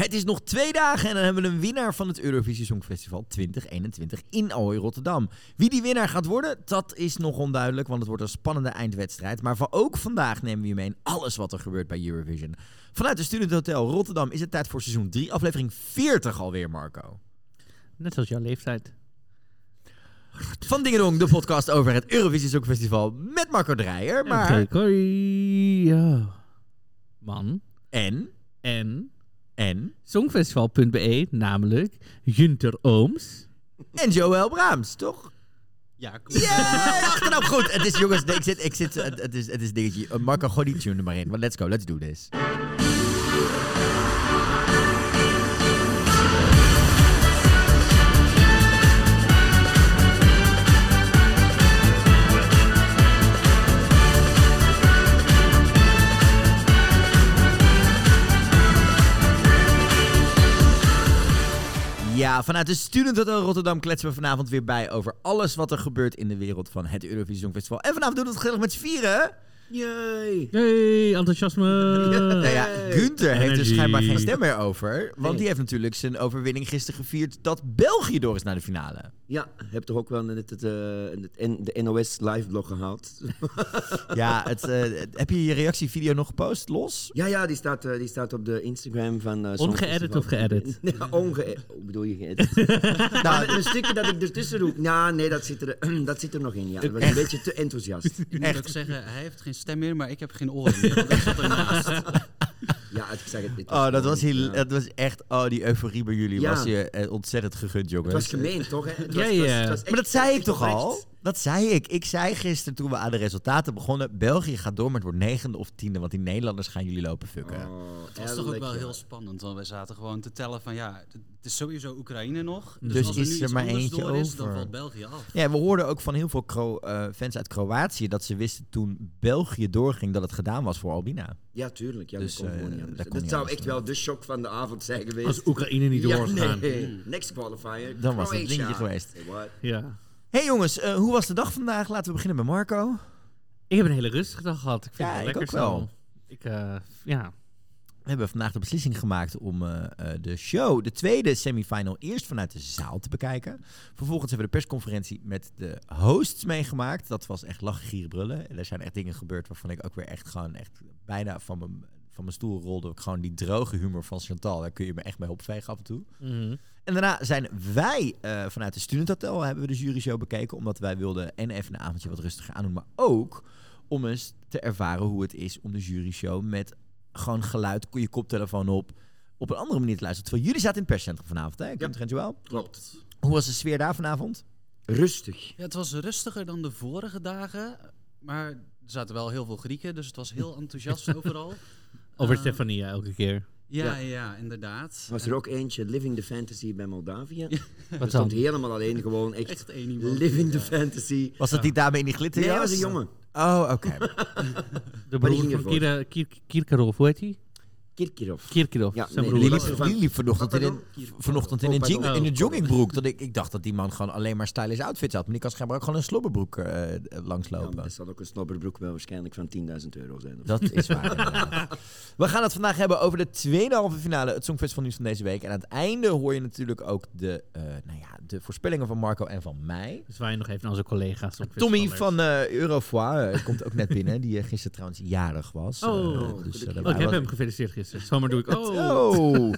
Het is nog 2 dagen en dan hebben we een winnaar van het Eurovisie Songfestival 2021 in Ahoy Rotterdam. Wie die winnaar gaat worden, dat is nog onduidelijk, want het wordt een spannende eindwedstrijd. Maar ook vandaag nemen we je mee in alles wat er gebeurt bij Eurovision. Vanuit de Student Hotel Rotterdam is het tijd voor seizoen 3, aflevering 40 alweer, Marco. Net zoals jouw leeftijd. Van Dingedong, de podcast over het Eurovisie Songfestival met Marco Dreyer. Maar... Ja. Man. En... Songfestival.be, namelijk Günter Ooms. En Joël Braams, toch? Ja, klopt. Ja, achternaam goed. Het is, jongens, het is dingetje. Marco, gooi die tune er maar in. Let's go, let's do this. Ja, vanuit de Student Hotel Rotterdam kletsen we vanavond weer bij over alles wat er gebeurt in de wereld van het Eurovisie Songfestival. En vanavond doen we het gezellig met z'n vieren. Yay! Hey, enthousiasme! Nou ja, Günter heeft er Energy. schijnbaar geen stem meer over. Want Nee. die heeft natuurlijk zijn overwinning gisteren gevierd dat België door is naar de finale. Ja, heb toch ook wel de NOS live blog gehaald. Ja, heb je je reactievideo nog gepost, los? Ja, die staat op de Instagram van... Ongeëdit of geëdit? Ja, ongeëdit. Hoe bedoel je geëdit? Nou, een stukje dat ik ertussen roep. Ja, nee, dat zit er nog in. Ja. Dat was een beetje te enthousiast. Ik moet ook zeggen, hij heeft geen stem meer, maar ik heb geen oren meer. Want ik zat ernaast. Ja, ik zeg het. Dat was echt... Oh, die euforie bij jullie Ja. was je ontzettend gegund, jongens. Het was gemeen, toch? Hè? Het was, Ja, het was- ja. het was echt- Maar dat zei ik echt toch oprecht. al? Dat zei ik. Ik zei gisteren toen we aan de resultaten begonnen... België gaat door, maar het wordt 9e of 10e... want die Nederlanders gaan jullie lopen fucken. Oh, Het was toch ook wel lekker. heel spannend, want wij zaten gewoon te tellen van ja, het is sowieso Oekraïne nog. Dus als er is nu er iets maar anders eentje door is, over. dan valt België af. Ja, we hoorden ook van heel veel fans uit Kroatië... dat ze wisten toen België doorging dat het gedaan was voor Albina. Ja, tuurlijk. Ja, Dus, dat kon gewoon niet anders. dat kon Dat niet zou anders, echt wel de shock van de avond zijn geweest. Als Oekraïne niet doorgaan. Nee. Next qualifier. Dan was het Croatia. dingetje geweest. Hey, what? Ja. Hey jongens, hoe was de dag vandaag? Laten we beginnen met Marco. Ik heb een hele rustige dag gehad. Ik vind Ja, het ik lekker ook wel. zo. Ja. We hebben vandaag de beslissing gemaakt om de show, de tweede semifinal, eerst vanuit de zaal te bekijken. Vervolgens hebben we de persconferentie met de hosts meegemaakt. Dat was echt lachen, gieren, brullen. En er zijn echt dingen gebeurd waarvan ik ook weer echt bijna van mijn stoel rolde. Gewoon die droge humor van Chantal, daar kun je me echt mee opvegen af en toe. Mhm. En daarna zijn wij vanuit de Student Hotel hebben we de juryshow bekeken. Omdat wij wilden en even een avondje wat rustiger aandoen. Maar ook om eens te ervaren hoe het is om de juryshow met gewoon geluid, je koptelefoon op een andere manier te luisteren. Terwijl jullie zaten in het perscentrum vanavond, hè? Gunther en Joël? Klopt. Hoe was de sfeer daar vanavond? Rustig. Ja, het was rustiger dan de vorige dagen, maar er zaten wel heel veel Grieken, dus het was heel enthousiast overal. Over Eh, Stefania elke keer. Ja, inderdaad. Was er ook eentje, Living the Fantasy bij Moldavië? Wat Er stond dan? helemaal alleen, gewoon echt, Echt één iemand. Living the Ja. Fantasy. Was dat die dame in die glitterjas? Nee, hij was een jongen. Oh, oké. De Maar die broer ging van ervoor. Kirkorov, hoe heet hij? Kirkirov. Kirkorov, Ja, zijn nee, broer. Die was liep, er van- die liep vanochtend in Pardon? een, pardon. in een joggingbroek. Dat ik dacht dat die man gewoon alleen maar stylish outfits had. Maar die kan schijnbaar ook gewoon een slobberbroek Ja, langslopen. maar dat zal ook een snobberbroek wel waarschijnlijk van 10.000 euro zijn. Dat is waar. inderdaad. We gaan het vandaag hebben over de tweede halve finale, het Songfestival nieuws van deze week. En aan het einde hoor je natuurlijk ook de voorspellingen van Marco en van mij. Dus wij nog even naar onze collega's. Tommy van Eurofois komt ook net binnen, die gisteren trouwens jarig was. Ik heb hem gefeliciteerd gisteren. Zomaar doe ik. Oh.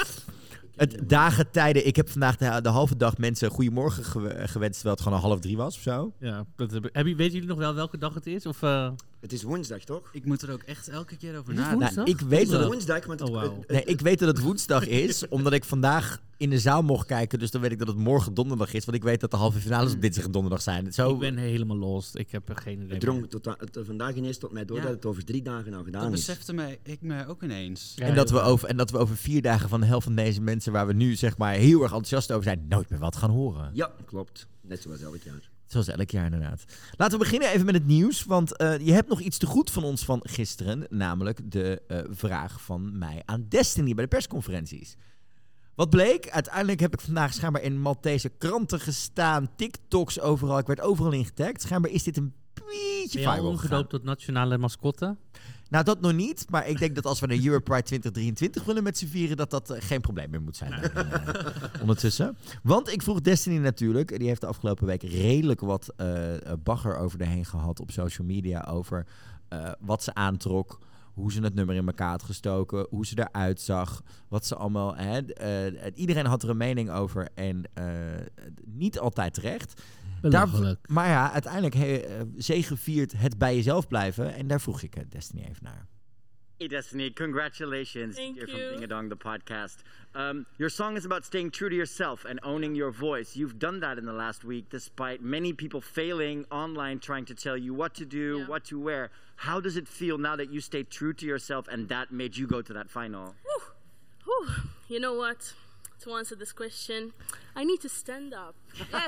Het dagentijden. Ik heb vandaag de halve dag mensen goedemorgen gewenst, terwijl het gewoon 2:30 was of zo. Ja, weten jullie nog wel welke dag het is? Of, Het is woensdag, toch? Ik moet er ook echt elke keer over Is het nadenken. woensdag? Nou, ik weet Het is dat het, woensdag, want Oh, wauw. ik weet dat het woensdag is, omdat ik vandaag in de zaal mocht kijken. Dus dan weet ik dat het morgen donderdag is, want ik weet dat de halve finales op dinsdag en donderdag zijn. Zo, Ik ben helemaal lost. Ik heb er geen idee. Het drong vandaag ineens tot mij door Ja. dat het over 3 dagen al gedaan Dat is. besefte ik me ook ineens. Ja, en, dat we heel over 4 dagen van de helft van deze mensen waar we nu zeg maar heel erg enthousiast over zijn, nooit meer wat gaan horen. Ja, klopt. Net zoals elk jaar. Zoals elk jaar inderdaad. Laten we beginnen even met het nieuws. Want je hebt nog iets te goed van ons van gisteren. Namelijk de vraag van mij aan Destiny bij de persconferenties. Wat bleek? Uiteindelijk heb ik vandaag schijnbaar in Maltese kranten gestaan. TikToks overal. Ik werd overal in getagd. Schijnbaar is dit een tweetje Ben je al viral omgedoopt gegaan. tot nationale mascotte? Nou, dat nog niet. Maar ik denk dat als we naar Europride 2023 willen met z'n vieren, dat geen probleem meer moet zijn. Ondertussen. Want ik vroeg Destiny natuurlijk. Die heeft de afgelopen week redelijk wat bagger over de heen gehad op social media. Over wat ze aantrok. Hoe ze het nummer in elkaar had gestoken. Hoe ze eruit zag. Wat ze allemaal... iedereen had er een mening over. En niet altijd terecht. Maar ja, uiteindelijk zegeviert het bij jezelf blijven. En daar vroeg ik Destiny even naar. Hey Destiny, congratulations. Thank Here you. from Ding a Dong, the podcast. Your song is about staying true to yourself and owning your voice. You've done that in the last week, despite many people failing online, trying to tell you what to do, what to wear. How does it feel now that you stayed true to yourself and that made you go to that final? You know what? To answer this question, I need to stand up. Yes.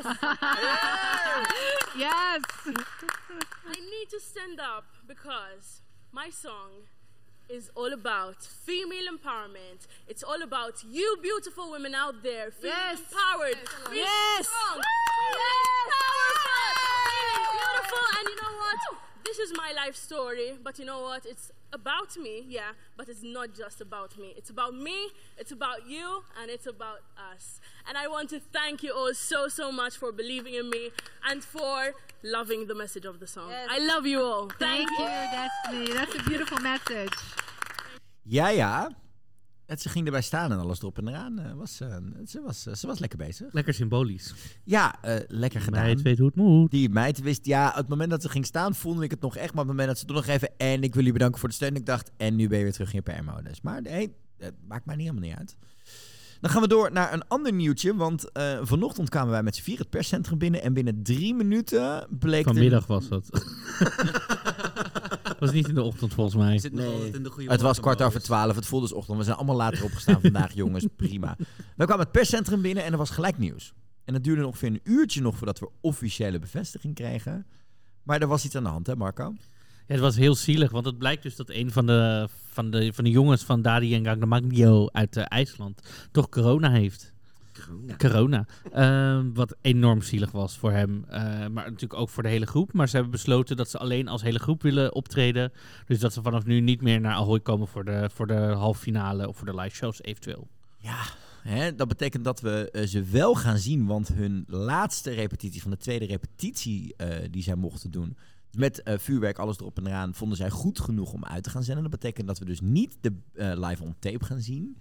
Yes. I need to stand up because my song is all about female empowerment. It's all about you beautiful women out there feeling empowered, feeling strong, feeling powerful, feeling beautiful. And you know what? This is my life story, but you know what? It's about me, yeah, but it's not just about me. It's about me, it's about you, and it's about us. And I want to thank you all so much for believing in me and for loving the message of the song. Yes. I love you all. Thank you, Destiny. That's a beautiful message. Ja. Ze ging erbij staan en alles erop en eraan. Ze was lekker bezig. Lekker symbolisch. Ja, lekker gedaan. Meid weet hoe het moet. Die meid wist, ja, op het moment dat ze ging staan voelde ik het nog echt. Maar op het moment dat ze toen nog even, en ik wil jullie bedanken voor de steun. Ik dacht, en nu ben je weer terug in je PR-modus. Maar nee, het maakt mij niet helemaal niet uit. Dan gaan we door naar een ander nieuwtje. Want vanochtend kwamen wij met z'n vier het perscentrum binnen. En binnen 3 minuten bleek... Vanmiddag was dat. Was niet in de ochtend volgens mij. Zit nog altijd in de goede Het was ochtendmodus. 12:15. Het voelde dus ochtend. We zijn allemaal later opgestaan vandaag, jongens. Prima. We kwamen het perscentrum binnen en er was gelijk nieuws. En het duurde ongeveer een uurtje nog voordat we officiële bevestiging kregen. Maar er was iets aan de hand, hè Marco? Ja, het was heel zielig, want het blijkt dus dat een van de jongens van Daddy en Gangnam Magyo uit IJsland toch corona heeft. Corona. Wat enorm zielig was voor hem. Maar natuurlijk ook voor de hele groep. Maar ze hebben besloten dat ze alleen als hele groep willen optreden. Dus dat ze vanaf nu niet meer naar Ahoy komen voor de halve finale of voor de live shows eventueel. Ja, dat betekent dat we ze wel gaan zien. Want hun laatste repetitie van de tweede repetitie die zij mochten doen... met vuurwerk, alles erop en eraan, vonden zij goed genoeg om uit te gaan zenden. Dat betekent dat we dus niet de live on tape gaan zien.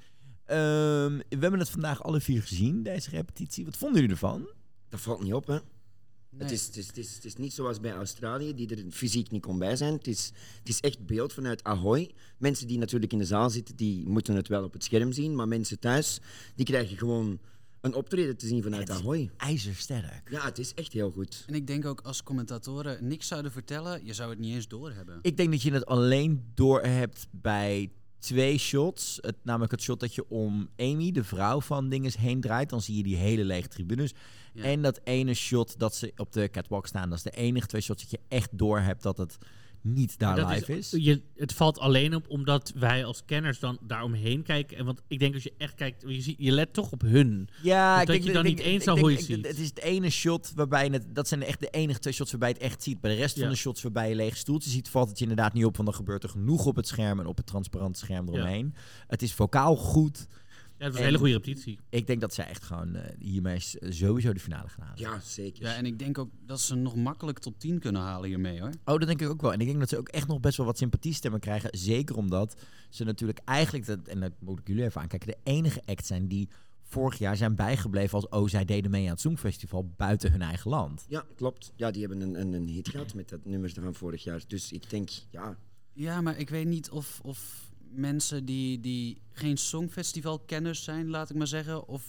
We hebben het vandaag alle 4 gezien, deze repetitie. Wat vonden jullie ervan? Dat valt niet op, hè? Nee. Het is niet zoals bij Australië, die er fysiek niet kon bij zijn. Het is echt beeld vanuit Ahoy. Mensen die natuurlijk in de zaal zitten, die moeten het wel op het scherm zien. Maar mensen thuis, die krijgen gewoon een optreden te zien vanuit Ahoy. IJzersterk. Ja, het is echt heel goed. En ik denk ook als commentatoren niks zouden vertellen, je zou het niet eens doorhebben. Ik denk dat je het alleen door hebt bij 2 shots. Namelijk het shot dat je om Amy, de vrouw van Dinges, heen draait. Dan zie je die hele lege tribunes. Ja. En dat ene shot dat ze op de catwalk staan. Dat is de enige 2 shots dat je echt door hebt dat het niet daar Dat live is. Het valt alleen op omdat wij als kenners dan daaromheen kijken. En want ik denk als je echt kijkt, je let toch op hun. Ja, Dus dat je dan niet eens Ahoy ziet. Het is het ene shot waarbij dat zijn echt de enige 2 shots waarbij je het echt ziet. Bij de rest van de shots waarbij je lege stoeltjes ziet, valt het je inderdaad niet op. Want dan gebeurt er genoeg op het scherm en op het transparante scherm eromheen. Het is vocaal goed. Ja, het was een hele goede repetitie. Ik denk dat zij echt gewoon hiermee sowieso de finale gaan halen. Ja, zeker. Ja, en ik denk ook dat ze nog makkelijk top 10 kunnen halen hiermee, hoor. Oh, dat denk ik ook wel. En ik denk dat ze ook echt nog best wel wat sympathiestemmen krijgen. Zeker omdat ze natuurlijk eigenlijk, en dat moet ik jullie even aankijken, de enige act zijn die vorig jaar zijn bijgebleven als zij deden mee aan het Songfestival buiten hun eigen land. Ja, klopt. Ja, die hebben een hit gehad met dat nummer van vorig jaar. Dus ik denk, ja... Ja, maar ik weet niet of mensen die geen songfestivalkenners zijn, laat ik maar zeggen, of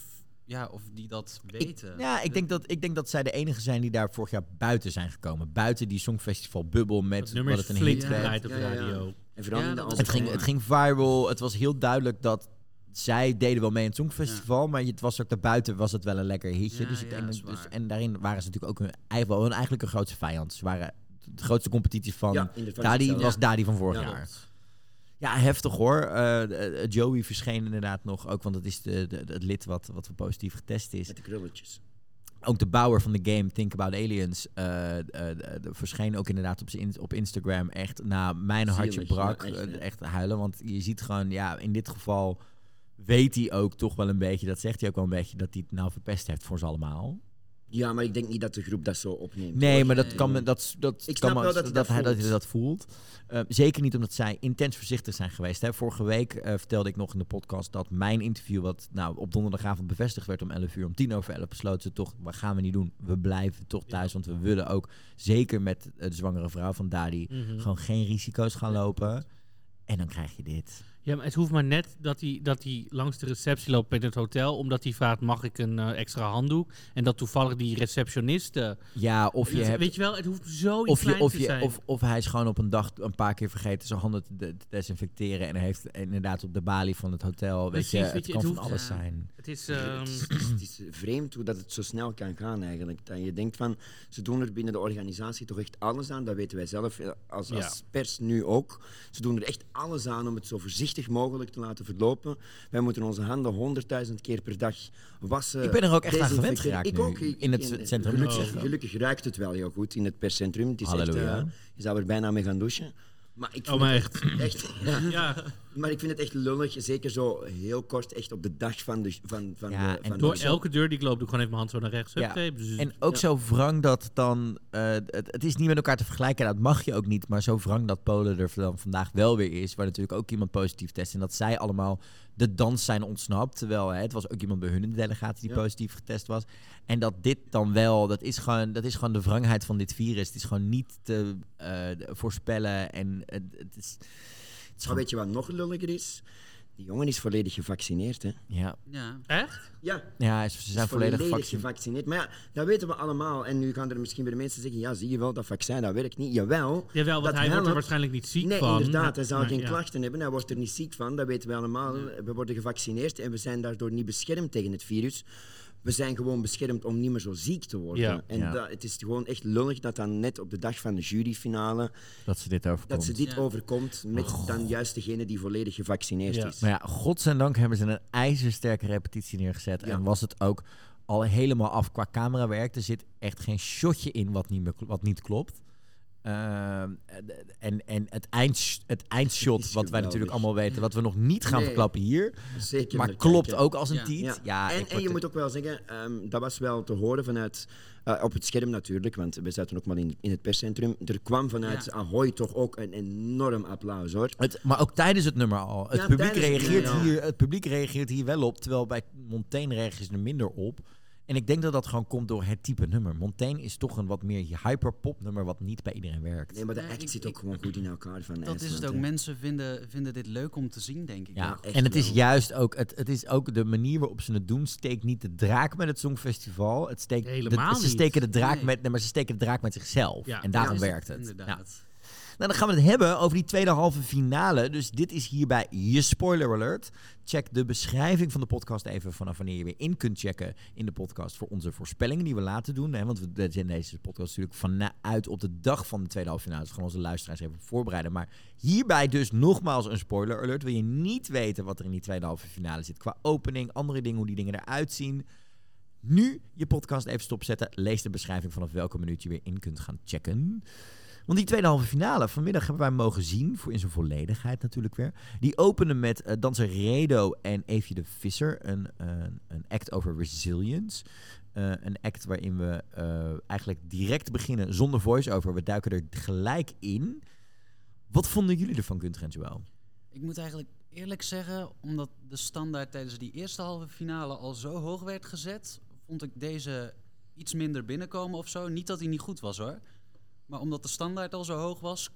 die dat weten. Ik denk dat zij de enige zijn die daar vorig jaar buiten zijn gekomen. Buiten die Songfestival-bubbel met Het nummer wat is het een flink hit werd. gedraaid op de radio. En vooral Ja, in de dat andere Het ging viral. Het was heel duidelijk dat zij deden wel mee in het Songfestival, maar het was ook daarbuiten was het wel een lekker hitje. Ja, dus ik ja, denk dat is dus, waar. en daarin waren ze natuurlijk ook eigenlijk een grootste vijand. Ze waren de grootste competitie van Daddy was Daddy van vorig jaar. Ja, heftig hoor. Joey verscheen inderdaad nog ook, want dat is het lid wat positief getest is. met de krulletjes. Ook de bouwer van de game Think About Aliens verscheen ook inderdaad op Instagram echt mijn hartje Zielig, brak. ja, Echt huilen, want je ziet gewoon, in dit geval weet hij ook toch wel een beetje, dat zegt hij ook wel een beetje, dat hij het nou verpest heeft voor ze allemaal. Ja, maar ik denk niet dat de groep dat zo opneemt. Nee, hoor. maar dat kan Ik snap wel dat hij dat voelt. Zeker niet omdat zij intens voorzichtig zijn geweest. Hè. Vorige week vertelde ik nog in de podcast dat mijn interview, wat op donderdagavond bevestigd werd om 11 uur, om 10:10 besloten ze toch, wat gaan we niet doen? We blijven toch thuis, want we willen ook, zeker met de zwangere vrouw van Dadi, gewoon geen risico's gaan lopen. En dan krijg je dit. Ja, maar het hoeft maar net dat hij langs de receptie loopt bij het hotel, omdat hij vraagt, mag ik een extra handdoek? En dat toevallig die receptioniste... Ja, of je hebt... Weet je wel, het hoeft zoiets kleins te zijn. Of hij is gewoon op een dag een paar keer vergeten zijn handen te desinfecteren en hij heeft inderdaad op de balie van het hotel, het kan van alles zijn. Het is... Het is vreemd hoe dat het zo snel kan gaan eigenlijk. Dat je denkt van, ze doen er binnen de organisatie toch echt alles aan, dat weten wij zelf als pers nu ook. Ze doen er echt alles aan om het zo voorzichtig mogelijk te laten verlopen. Wij moeten onze handen 100.000 keer per dag wassen. Ik ben er ook echt aan gewend geraakt Ik ook. in het centrum. Gelukkig ruikt het wel heel goed in het perscentrum. Het is echt, je zou er bijna mee gaan douchen. Maar ik vind echt. Ja. Maar ik vind het echt lullig, zeker zo heel kort, echt op de dag van de... Door elke deur die ik loop, doe ik gewoon even mijn hand zo naar rechts. Ja. En ook zo wrang dat dan... het is niet met elkaar te vergelijken, dat mag je ook niet. Maar zo wrang dat Polen er dan vandaag wel weer is, waar natuurlijk ook iemand positief test. En dat zij allemaal de dans zijn ontsnapt. Terwijl het was ook iemand bij hun in de delegatie die positief getest was. En dat dit dan wel, dat is gewoon de wrangheid van dit virus. Het is gewoon niet te voorspellen. En het is maar weet je wat nog lulliger is? Die jongen is volledig gevaccineerd, hè? Ja. Echt? Ja, ze zijn volledig gevaccineerd. Maar ja, dat weten we allemaal. En nu gaan er misschien weer mensen zeggen, ja, zie je wel, dat vaccin, dat werkt niet. Jawel, want hij wordt er waarschijnlijk niet ziek van. Nee, inderdaad. Hij zou geen klachten hebben. Hij wordt er niet ziek van. Dat weten we allemaal. We worden gevaccineerd en we zijn daardoor niet beschermd tegen het virus. We zijn gewoon beschermd om niet meer zo ziek te worden. Ja. En het is gewoon echt lullig dat dan net op de dag van de juryfinale... Dat ze dit overkomt. Met dan juist degene die volledig gevaccineerd is. Maar ja, godzijdank hebben ze een ijzersterke repetitie neergezet. Ja. En was het ook al helemaal af qua camerawerk. Er zit echt geen shotje in wat niet klopt. En het eindshot, wat wij natuurlijk allemaal weten, wat we nog niet gaan verklappen hier, zeker maar klopt ook als een tiet. Ja. En je moet ook wel zeggen, dat was wel te horen vanuit, op het scherm natuurlijk, want we zaten ook maar in het perscentrum, er kwam vanuit Ahoy toch ook een enorm applaus, hoor. Maar ook tijdens het nummer al. Het publiek reageert hier wel op, terwijl bij Montaigne reageert er minder op. En ik denk dat dat gewoon komt door het type nummer. Montaigne is toch een wat meer hyperpop nummer wat niet bij iedereen werkt. Nee, maar de act zit ook gewoon goed in elkaar. Dat is het ook. Mensen vinden dit leuk om te zien, denk ik. Ja, en het is juist ook, het is ook de manier waarop ze het doen, steekt niet de draak met het Songfestival. Het steekt ze steken de draak maar ze steken de draak met zichzelf. Ja. En daarom werkt het. Inderdaad. Nou, dan gaan we het hebben over die tweede halve finale. Dus dit is hierbij je spoiler alert. Check de beschrijving van de podcast even vanaf wanneer je weer in kunt checken in de podcast voor onze voorspellingen die we laten doen. Hè? Want we zijn deze podcast natuurlijk vanuit op de dag van de tweede halve finale. Dus gewoon onze luisteraars even voorbereiden. Maar hierbij dus nogmaals een spoiler alert. Wil je niet weten wat er in die tweede halve finale zit qua opening, andere dingen, hoe die dingen eruit zien. Nu je podcast even stopzetten. Lees de beschrijving vanaf welke minuut je weer in kunt gaan checken. Want die tweede halve finale vanmiddag hebben wij mogen zien, voor in zijn volledigheid natuurlijk weer. Die openen met danser Redo en Eefje de Visser, een act over resilience. Een act waarin we eigenlijk direct beginnen zonder voice-over. We duiken er gelijk in. Wat vonden jullie ervan, Gunther en Joël? Ik moet eigenlijk eerlijk zeggen, omdat de standaard tijdens die eerste halve finale al zo hoog werd gezet, vond ik deze iets minder binnenkomen of zo. Niet dat hij niet goed was, hoor. Maar omdat de standaard al zo hoog was,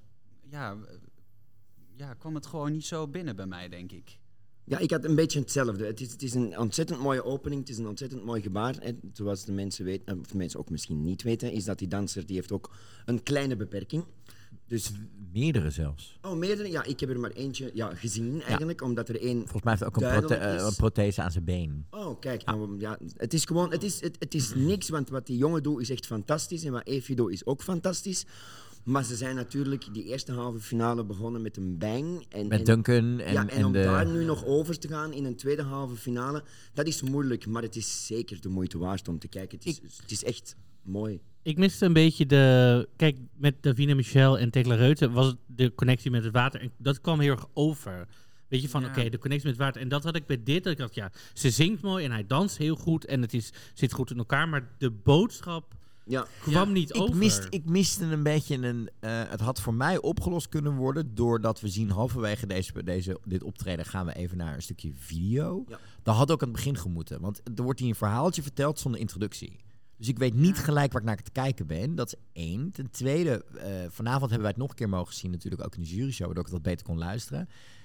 kwam het gewoon niet zo binnen bij mij, denk ik. Ja, ik had een beetje hetzelfde. Het is een ontzettend mooie opening, het is een ontzettend mooi gebaar. En zoals de mensen weten, of de mensen ook misschien niet weten, is dat die danser die heeft ook een kleine beperking. Dus meerdere zelfs. Oh, meerdere? Ja, ik heb er maar eentje gezien eigenlijk, omdat er één. Volgens mij heeft hij ook een prothese aan zijn been. Oh, kijk, het is gewoon, het is niks, want wat die jongen doet is echt fantastisch en wat Eefje doet is ook fantastisch. Maar ze zijn natuurlijk die eerste halve finale begonnen met een bang. Met Duncan en om daar nu nog over te gaan in een tweede halve finale, dat is moeilijk, maar het is zeker de moeite waard om te kijken. Het is echt mooi. Ik miste een beetje kijk, met Davina Michel en Tekla Reuten was het de connectie met het water. En dat kwam heel erg over. Weet je, van oké, de connectie met het water. En dat had ik bij dit. Dat ik dacht, ja, ze zingt mooi en hij danst heel goed. En het zit goed in elkaar. Maar de boodschap kwam niet over. Ik miste een beetje het had voor mij opgelost kunnen worden doordat we zien halverwege dit optreden gaan we even naar een stukje video. Ja. Dat had ook aan het begin gemoeten. Want er wordt hier een verhaaltje verteld zonder introductie. Dus ik weet niet gelijk waar ik naar te kijken ben. Dat is 1. Ten tweede, vanavond hebben wij het nog een keer mogen zien. Natuurlijk ook in de juryshow, waardoor ik dat beter kon luisteren.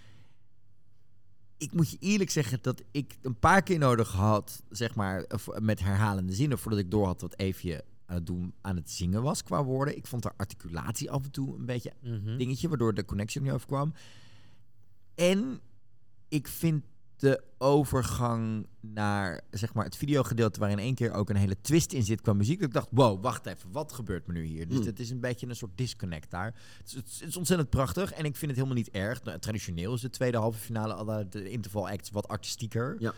Ik moet je eerlijk zeggen dat ik een paar keer nodig had, zeg maar, met herhalende zinnen, voordat ik door had wat Eefje aan het zingen was qua woorden. Ik vond haar articulatie af en toe een beetje dingetje, waardoor de connectie ook niet overkwam. En ik vind de overgang naar, zeg maar, het videogedeelte waarin 1 keer ook een hele twist in zit qua muziek. Dat ik dacht, wow, wacht even, wat gebeurt me nu hier? Dus het is een beetje een soort disconnect daar. Het is ontzettend prachtig en ik vind het helemaal niet erg. Nou, traditioneel is de tweede halve finale, de interval acts, wat artistieker. Ja.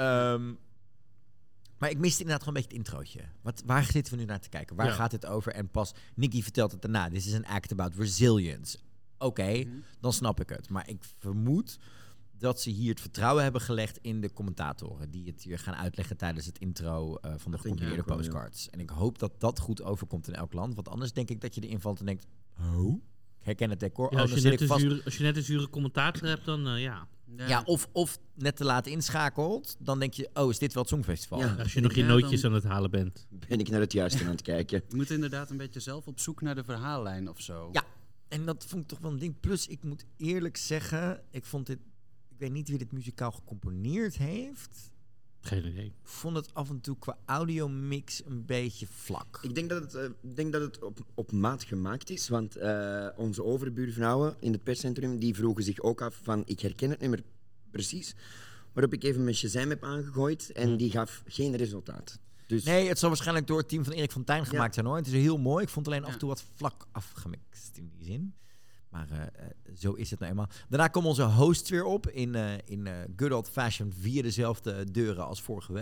Maar ik miste inderdaad gewoon een beetje het introotje. Waar zitten we nu naar te kijken? Waar gaat het over? En pas, Nicky vertelt het daarna. This is an act about resilience. Oké, dan snap ik het. Maar ik vermoed dat ze hier het vertrouwen hebben gelegd in de commentatoren die het hier gaan uitleggen tijdens het intro van de gecombineerde postcards. Ja. En ik hoop dat dat goed overkomt in elk land. Want anders denk ik dat je erin valt en denkt, ik herken het decor. Ja, als je net een zure commentator hebt, dan Ja, of net te laat inschakelt, dan denk je, is dit wel het Songfestival? Ja, als je nog je nootjes aan het halen bent. Ben ik naar het juiste aan het kijken. Je moet inderdaad een beetje zelf op zoek naar de verhaallijn of zo. Ja, en dat vond ik toch wel een ding. Plus, ik moet eerlijk zeggen, ik weet niet wie dit muzikaal gecomponeerd heeft. Geen idee. Ik vond het af en toe qua audiomix een beetje vlak. Ik denk dat het op maat gemaakt is, want onze overbuurvrouwen in het perscentrum die vroegen zich ook af van, ik herken het niet meer precies, waarop ik even mijn Shazam heb aangegooid en die gaf geen resultaat. Dus nee, het zal waarschijnlijk door het team van Erik van Tijn gemaakt zijn hoor. Het is heel mooi. Ik vond alleen af en toe wat vlak afgemixt in die zin. Maar zo is het nou eenmaal. Daarna komen onze hosts weer op in good old fashion via dezelfde deuren als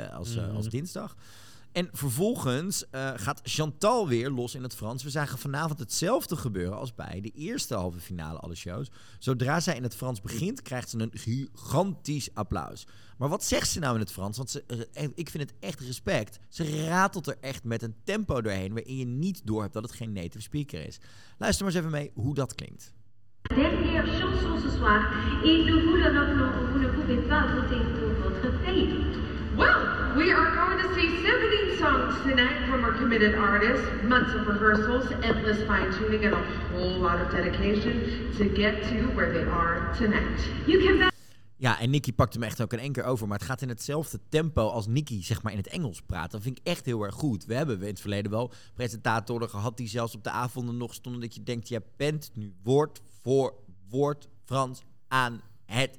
als dinsdag. En vervolgens gaat Chantal weer los in het Frans. We zagen vanavond hetzelfde gebeuren als bij de eerste halve finale alle shows. Zodra zij in het Frans begint, krijgt ze een gigantisch applaus. Maar wat zegt ze nou in het Frans? Want ik vind het echt respect. Ze ratelt er echt met een tempo doorheen waarin je niet doorhebt dat het geen native speaker is. Luister maar eens even mee hoe dat klinkt. Dernière chanson ce soir et nous vous le rappelons, vous ne pouvez pas voter pour votre pays. Well, we are going to see 17 songs tonight from our committed artists, months of rehearsals, endless fine-tuning, and a whole lot of dedication to get to where they are tonight. You can Ja, en Nicky pakt hem echt ook in 1 keer over. Maar het gaat in hetzelfde tempo als Nicky, zeg maar, in het Engels praat. Dat vind ik echt heel erg goed. We hebben in het verleden wel presentatoren gehad die zelfs op de avonden nog stonden dat je denkt, je bent nu woord voor woord Frans aan het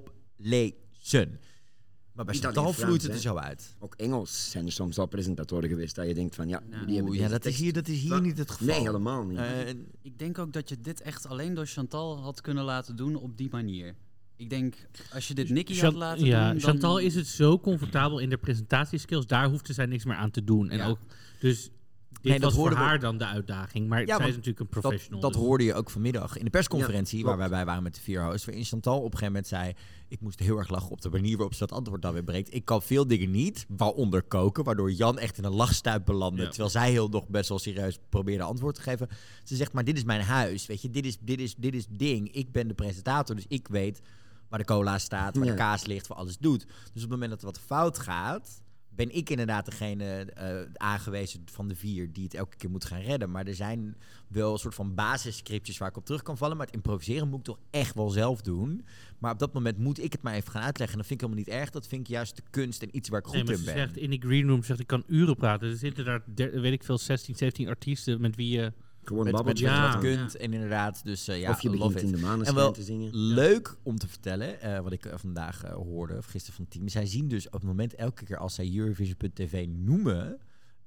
oplezen. Maar bij Chantal vloeit het er zo uit. Ook Engels zijn er soms al presentatoren geweest dat je denkt van dat is hier niet het geval. Nee, helemaal niet. Ik denk ook dat je dit echt alleen door Chantal had kunnen laten doen op die manier. Ik denk, als je dit Nicky had laten doen... Dan Chantal is het zo comfortabel in de presentatieskills. Daar hoeft zij niks meer aan te doen. En ook, dus dit was voor haar dan de uitdaging. Maar zij is natuurlijk een professional. Dat hoorde je ook vanmiddag in de persconferentie... waar wij bij waren met de 4 hosts... waarin Chantal op een gegeven moment zei... ik moest heel erg lachen op de manier waarop ze dat antwoord dan weer breekt. Ik kan veel dingen niet, waaronder koken... waardoor Jan echt in een lachstuip belandde... terwijl zij heel nog best wel serieus probeerde antwoord te geven. Ze zegt, maar dit is mijn huis, weet je. Dit is ding. Ik ben de presentator, dus ik weet... waar de cola staat, waar de kaas ligt, waar alles doet. Dus op het moment dat er wat fout gaat... ben ik inderdaad degene aangewezen van de 4 die het elke keer moet gaan redden. Maar er zijn wel een soort van basisscriptjes waar ik op terug kan vallen. Maar het improviseren moet ik toch echt wel zelf doen. Maar op dat moment moet ik het maar even gaan uitleggen. En dat vind ik helemaal niet erg. Dat vind ik juist de kunst en iets waar ik goed in ben. Zegt, in die green room zegt, ik kan uren praten. Er zitten daar, weet ik veel, 16, 17 artiesten met wie je... Gewoon met wat kunt en inderdaad, dus of je begint in de maneschijn te zingen. Leuk om te vertellen, wat ik vandaag hoorde, of gisteren van het team. Zij zien dus op het moment elke keer als zij Eurovision.tv noemen,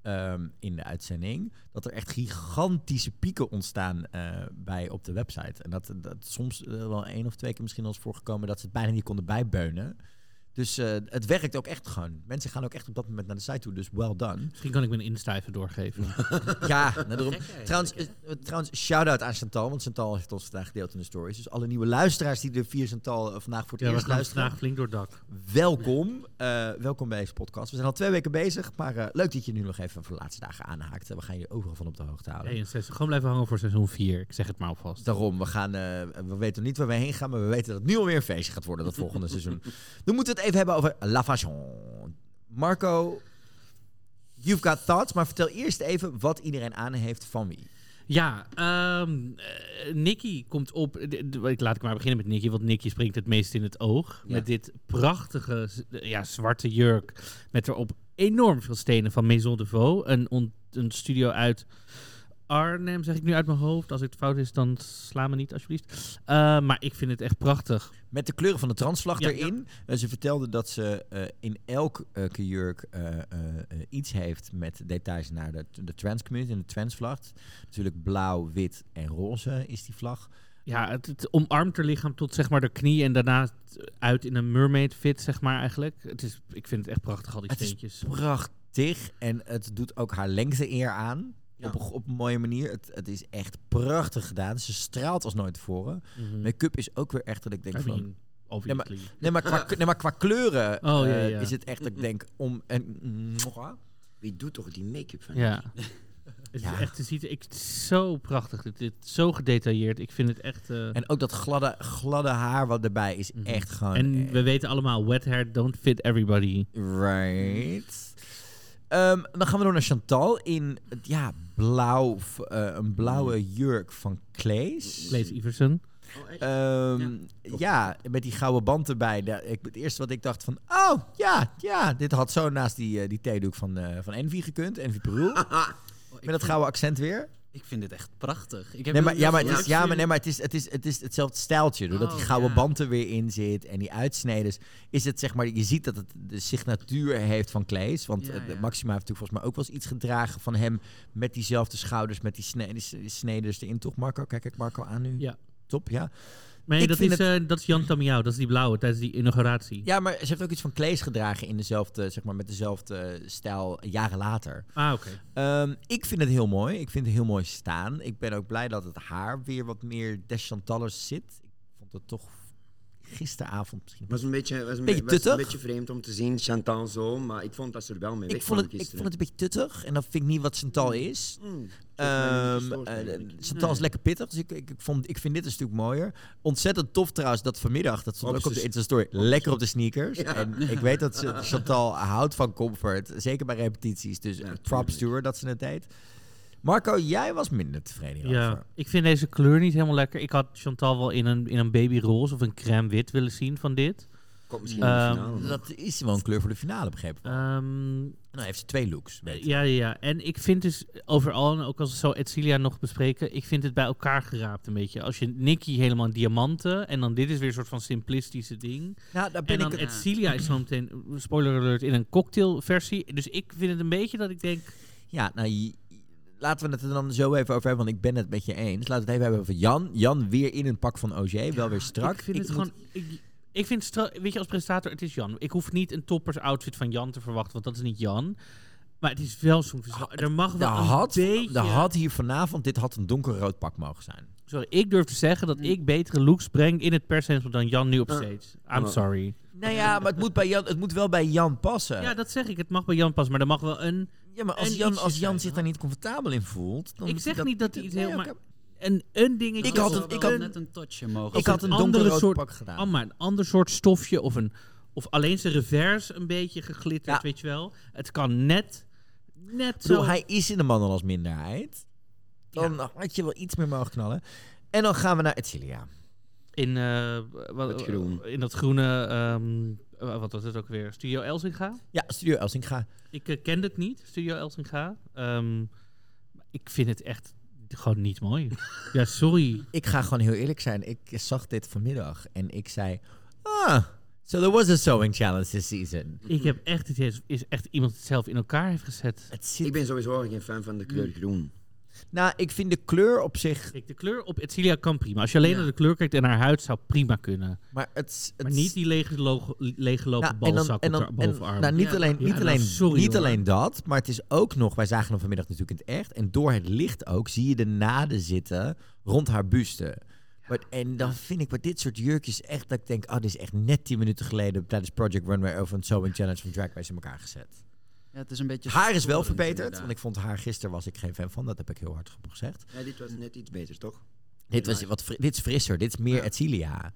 in de uitzending, dat er echt gigantische pieken ontstaan bij op de website. En dat soms wel 1 of 2 keer misschien al is voorgekomen dat ze het bijna niet konden bijbeunen. Dus het werkt ook echt gewoon. Mensen gaan ook echt op dat moment naar de site toe, dus well done. Misschien kan ik mijn Insta even doorgeven. Ja, daarom. Trouwens, shout-out aan Chantal, want Chantal heeft ons vandaag gedeeld in de stories. Dus alle nieuwe luisteraars die er via Chantal vandaag voor het eerst luisteren. Vandaag flink door het dak. Welkom. Welkom bij deze podcast. We zijn al 2 weken bezig, maar leuk dat je nu nog even voor de laatste dagen aanhaakt. We gaan je overal van op de hoogte houden. Gewoon blijven hangen voor seizoen 4. Ik zeg het maar alvast. Daarom, we weten niet waar we heen gaan, maar we weten dat het nu alweer een feestje gaat worden, dat volgende seizoen. Dan moeten we het even hebben over La Fashion. Marco, you've got thoughts, maar vertel eerst even wat iedereen aan heeft van wie. Ja, Nicky komt op. Laat ik maar beginnen met Nicky, want Nicky springt het meest in het oog. Ja. Met dit prachtige zwarte jurk. Met erop enorm veel stenen van Maison de Vaux. Een studio uit Arnhem, zeg ik nu uit mijn hoofd. Als het fout is, dan sla me niet, alsjeblieft. Maar ik vind het echt prachtig. Met de kleuren van de transvlag erin. Ja. Ze vertelde dat ze in elke jurk iets heeft met details naar de trans community en de transvlag. Natuurlijk blauw, wit en roze is die vlag. Ja, het omarmt haar lichaam tot zeg maar de knie en daarna uit in een mermaid fit, zeg maar eigenlijk. Ik vind het echt prachtig, al die steentjes. Het is prachtig en het doet ook haar lengte eer aan. Ja. Op een mooie manier. Het is echt prachtig gedaan. Ze straalt als nooit tevoren. Make-up is ook weer echt dat ik denk van... maar qua kleuren is het echt dat ik denk om... Wie doet toch die make-up van ja. Het is echt zo prachtig. Het is zo gedetailleerd. Ik vind het echt... En ook dat gladde haar wat erbij is echt gewoon... En we weten allemaal, wet hair don't fit everybody. Right. Dan gaan we door naar Chantal in een blauwe jurk van Claes. Claes Iversen. Met die gouden band erbij. Het eerste wat ik dacht van... dit had zo naast die theedoek van Envy gekund. Envy Peru. Met dat gouden accent weer. Ik vind dit echt prachtig. Het is hetzelfde stijltje. Doordat die gouden band er weer in zit en die uitsneden. Is het zeg maar, je ziet dat het de signatuur heeft van Claes. Want Maxima heeft natuurlijk volgens mij ook wel eens iets gedragen van hem. Met diezelfde schouders, met die sneden erin. Toch Marco? Kijk Marco aan nu. Ja. Top, ja. Nee, dat is Jan Tamiao, dat is die blauwe tijdens die inauguratie. Ja, maar ze heeft ook iets van Claes gedragen in dezelfde, zeg maar, met dezelfde stijl jaren later. Oké. Ik vind het heel mooi. Ik vind het heel mooi staan. Ik ben ook blij dat het haar weer wat meer des Chantallers zit. Ik vond het toch gisteravond misschien... Was een beetje vreemd om te zien, Chantal zo, maar ik vond dat ze er wel mee weg kwam gisteren. Ik vond het een beetje tuttig en dat vind ik niet wat Chantal is. Chantal is lekker pittig, dus ik vind dit een stuk mooier. Ontzettend tof trouwens dat vanmiddag, dat stond ook op de Insta-story, lekker op de sneakers. Ja. En ik weet dat Chantal houdt van comfort, zeker bij repetities, dus props to her dat ze het deed. Marco, jij was minder tevreden over. Ik vind deze kleur niet helemaal lekker. Ik had Chantal wel in een babyroze of een crème wit willen zien van dit. Komt misschien in de finale. Dat is wel een kleur voor de finale, begrepen. Nou heeft ze 2 looks. Ja. En ik vind dus overal, en ook als we zo Edcilia nog bespreken, ik vind het bij elkaar geraapt een beetje. Als je Nicky helemaal in diamanten en dan dit is weer een soort van simplistische ding. Nou, daar ben en dan Edcilia is zo meteen, spoiler alert, in een cocktailversie. Dus ik vind het een beetje dat ik denk... Ja, nou... Laten we het er dan zo even over hebben, want ik ben het met je eens. Laten we het even hebben over Jan. Jan weer in een pak van OG, wel weer strak. Ik vind weet je, als presentator, het is Jan. Ik hoef niet een toppers outfit van Jan te verwachten, want dat is niet Jan. Maar het is wel soms... Er mag wel een beetje... Er had hier vanavond, dit had een donkerrood pak mogen zijn. Sorry, ik durf te zeggen dat ik betere looks breng in het perscentrum dan Jan nu op stage. I'm sorry. Nou ja, maar het moet wel bij Jan passen. Ja, dat zeg ik. Het mag bij Jan passen, maar er mag wel een... Ja, maar als Jan zich daar niet comfortabel in voelt... Dan ik zeg niet dat hij iets heel... Maar een dingetje... Ik had net een touchje mogen. Ik had een donkerrood pak gedaan. Maar een ander soort stofje of alleen zijn revers een beetje geglitterd, weet je wel. Het kan net zo... Hij is in de mannen als minderheid. Dan had je wel iets meer mogen knallen. En dan gaan we naar Edcilia. In dat groene... wat was het ook weer? Studio Elsinga? Ja, Studio Elsinga. Ik kende het niet, Studio Elsinga. Ik vind het echt gewoon niet mooi. Ja, sorry. Ik ga gewoon heel eerlijk zijn. Ik zag dit vanmiddag en ik zei... So there was a sewing challenge this season. Ik heb echt het idee, is echt iemand het zelf in elkaar heeft gezet. Ik ben sowieso geen fan van de kleur groen. Nou, ik vind de kleur op zich... Kijk, de kleur op Etcilia kan prima. Als je alleen naar de kleur kijkt en haar huid zou prima kunnen. Maar niet die leeggelopen balzak op haar bovenarm. Nou, niet alleen dat, maar het is ook nog... Wij zagen hem vanmiddag natuurlijk in het echt. En door het licht ook zie je de naden zitten rond haar buste. En dan vind ik bij dit soort jurkjes echt dat ik denk... dit is echt net 10 minuten geleden tijdens Project Runway over een Sewing Challenge van Drag Race in elkaar gezet. Ja, het is een beetje haar is wel verbeterd, want ik vond haar gisteren was ik geen fan van. Dat heb ik heel hard gezegd. Ja, dit was net iets beter, toch? Dit is frisser, dit is meer Etcilia.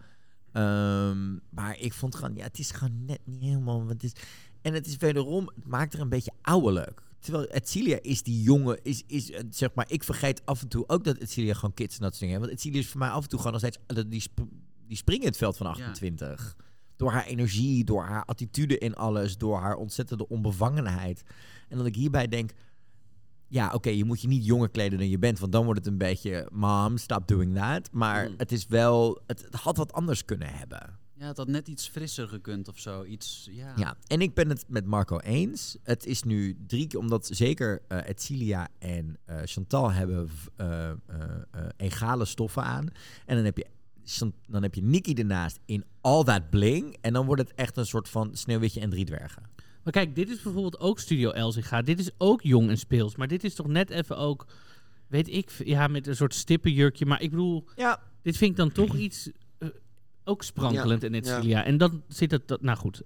Maar ik vond gewoon, het is gewoon net niet helemaal... En het is wederom, het maakt er een beetje ouwelijk. Terwijl Etcilia is die jongen, is zeg maar, ik vergeet af en toe ook dat Etcilia gewoon kids en dat soort dingen. Want Etcilia is voor mij af en toe gewoon nog steeds, die springt in het veld van 28. Ja. Door haar energie, door haar attitude in alles, door haar ontzettende onbevangenheid. En dat ik hierbij denk, oké, je moet je niet jonger kleden dan je bent, want dan wordt het een beetje, mom, stop doing that. Maar het is wel, het had wat anders kunnen hebben. Ja, het had net iets frisser gekund of zo. Ja, en ik ben het met Marco eens. Het is nu 3 keer, omdat zeker Etcilia en Chantal hebben egale stoffen aan. En dan heb je Nikki ernaast in all that bling. En dan wordt het echt een soort van Sneeuwwitje en 3 dwergen. Maar kijk, dit is bijvoorbeeld ook Studio Elsinga. Dit is ook jong en speels. Maar dit is toch net even ook, weet ik, met een soort stippenjurkje. Maar ik bedoel, dit vind ik dan toch iets... ook sprankelend in Etcilia. En dan zit het... Nou goed,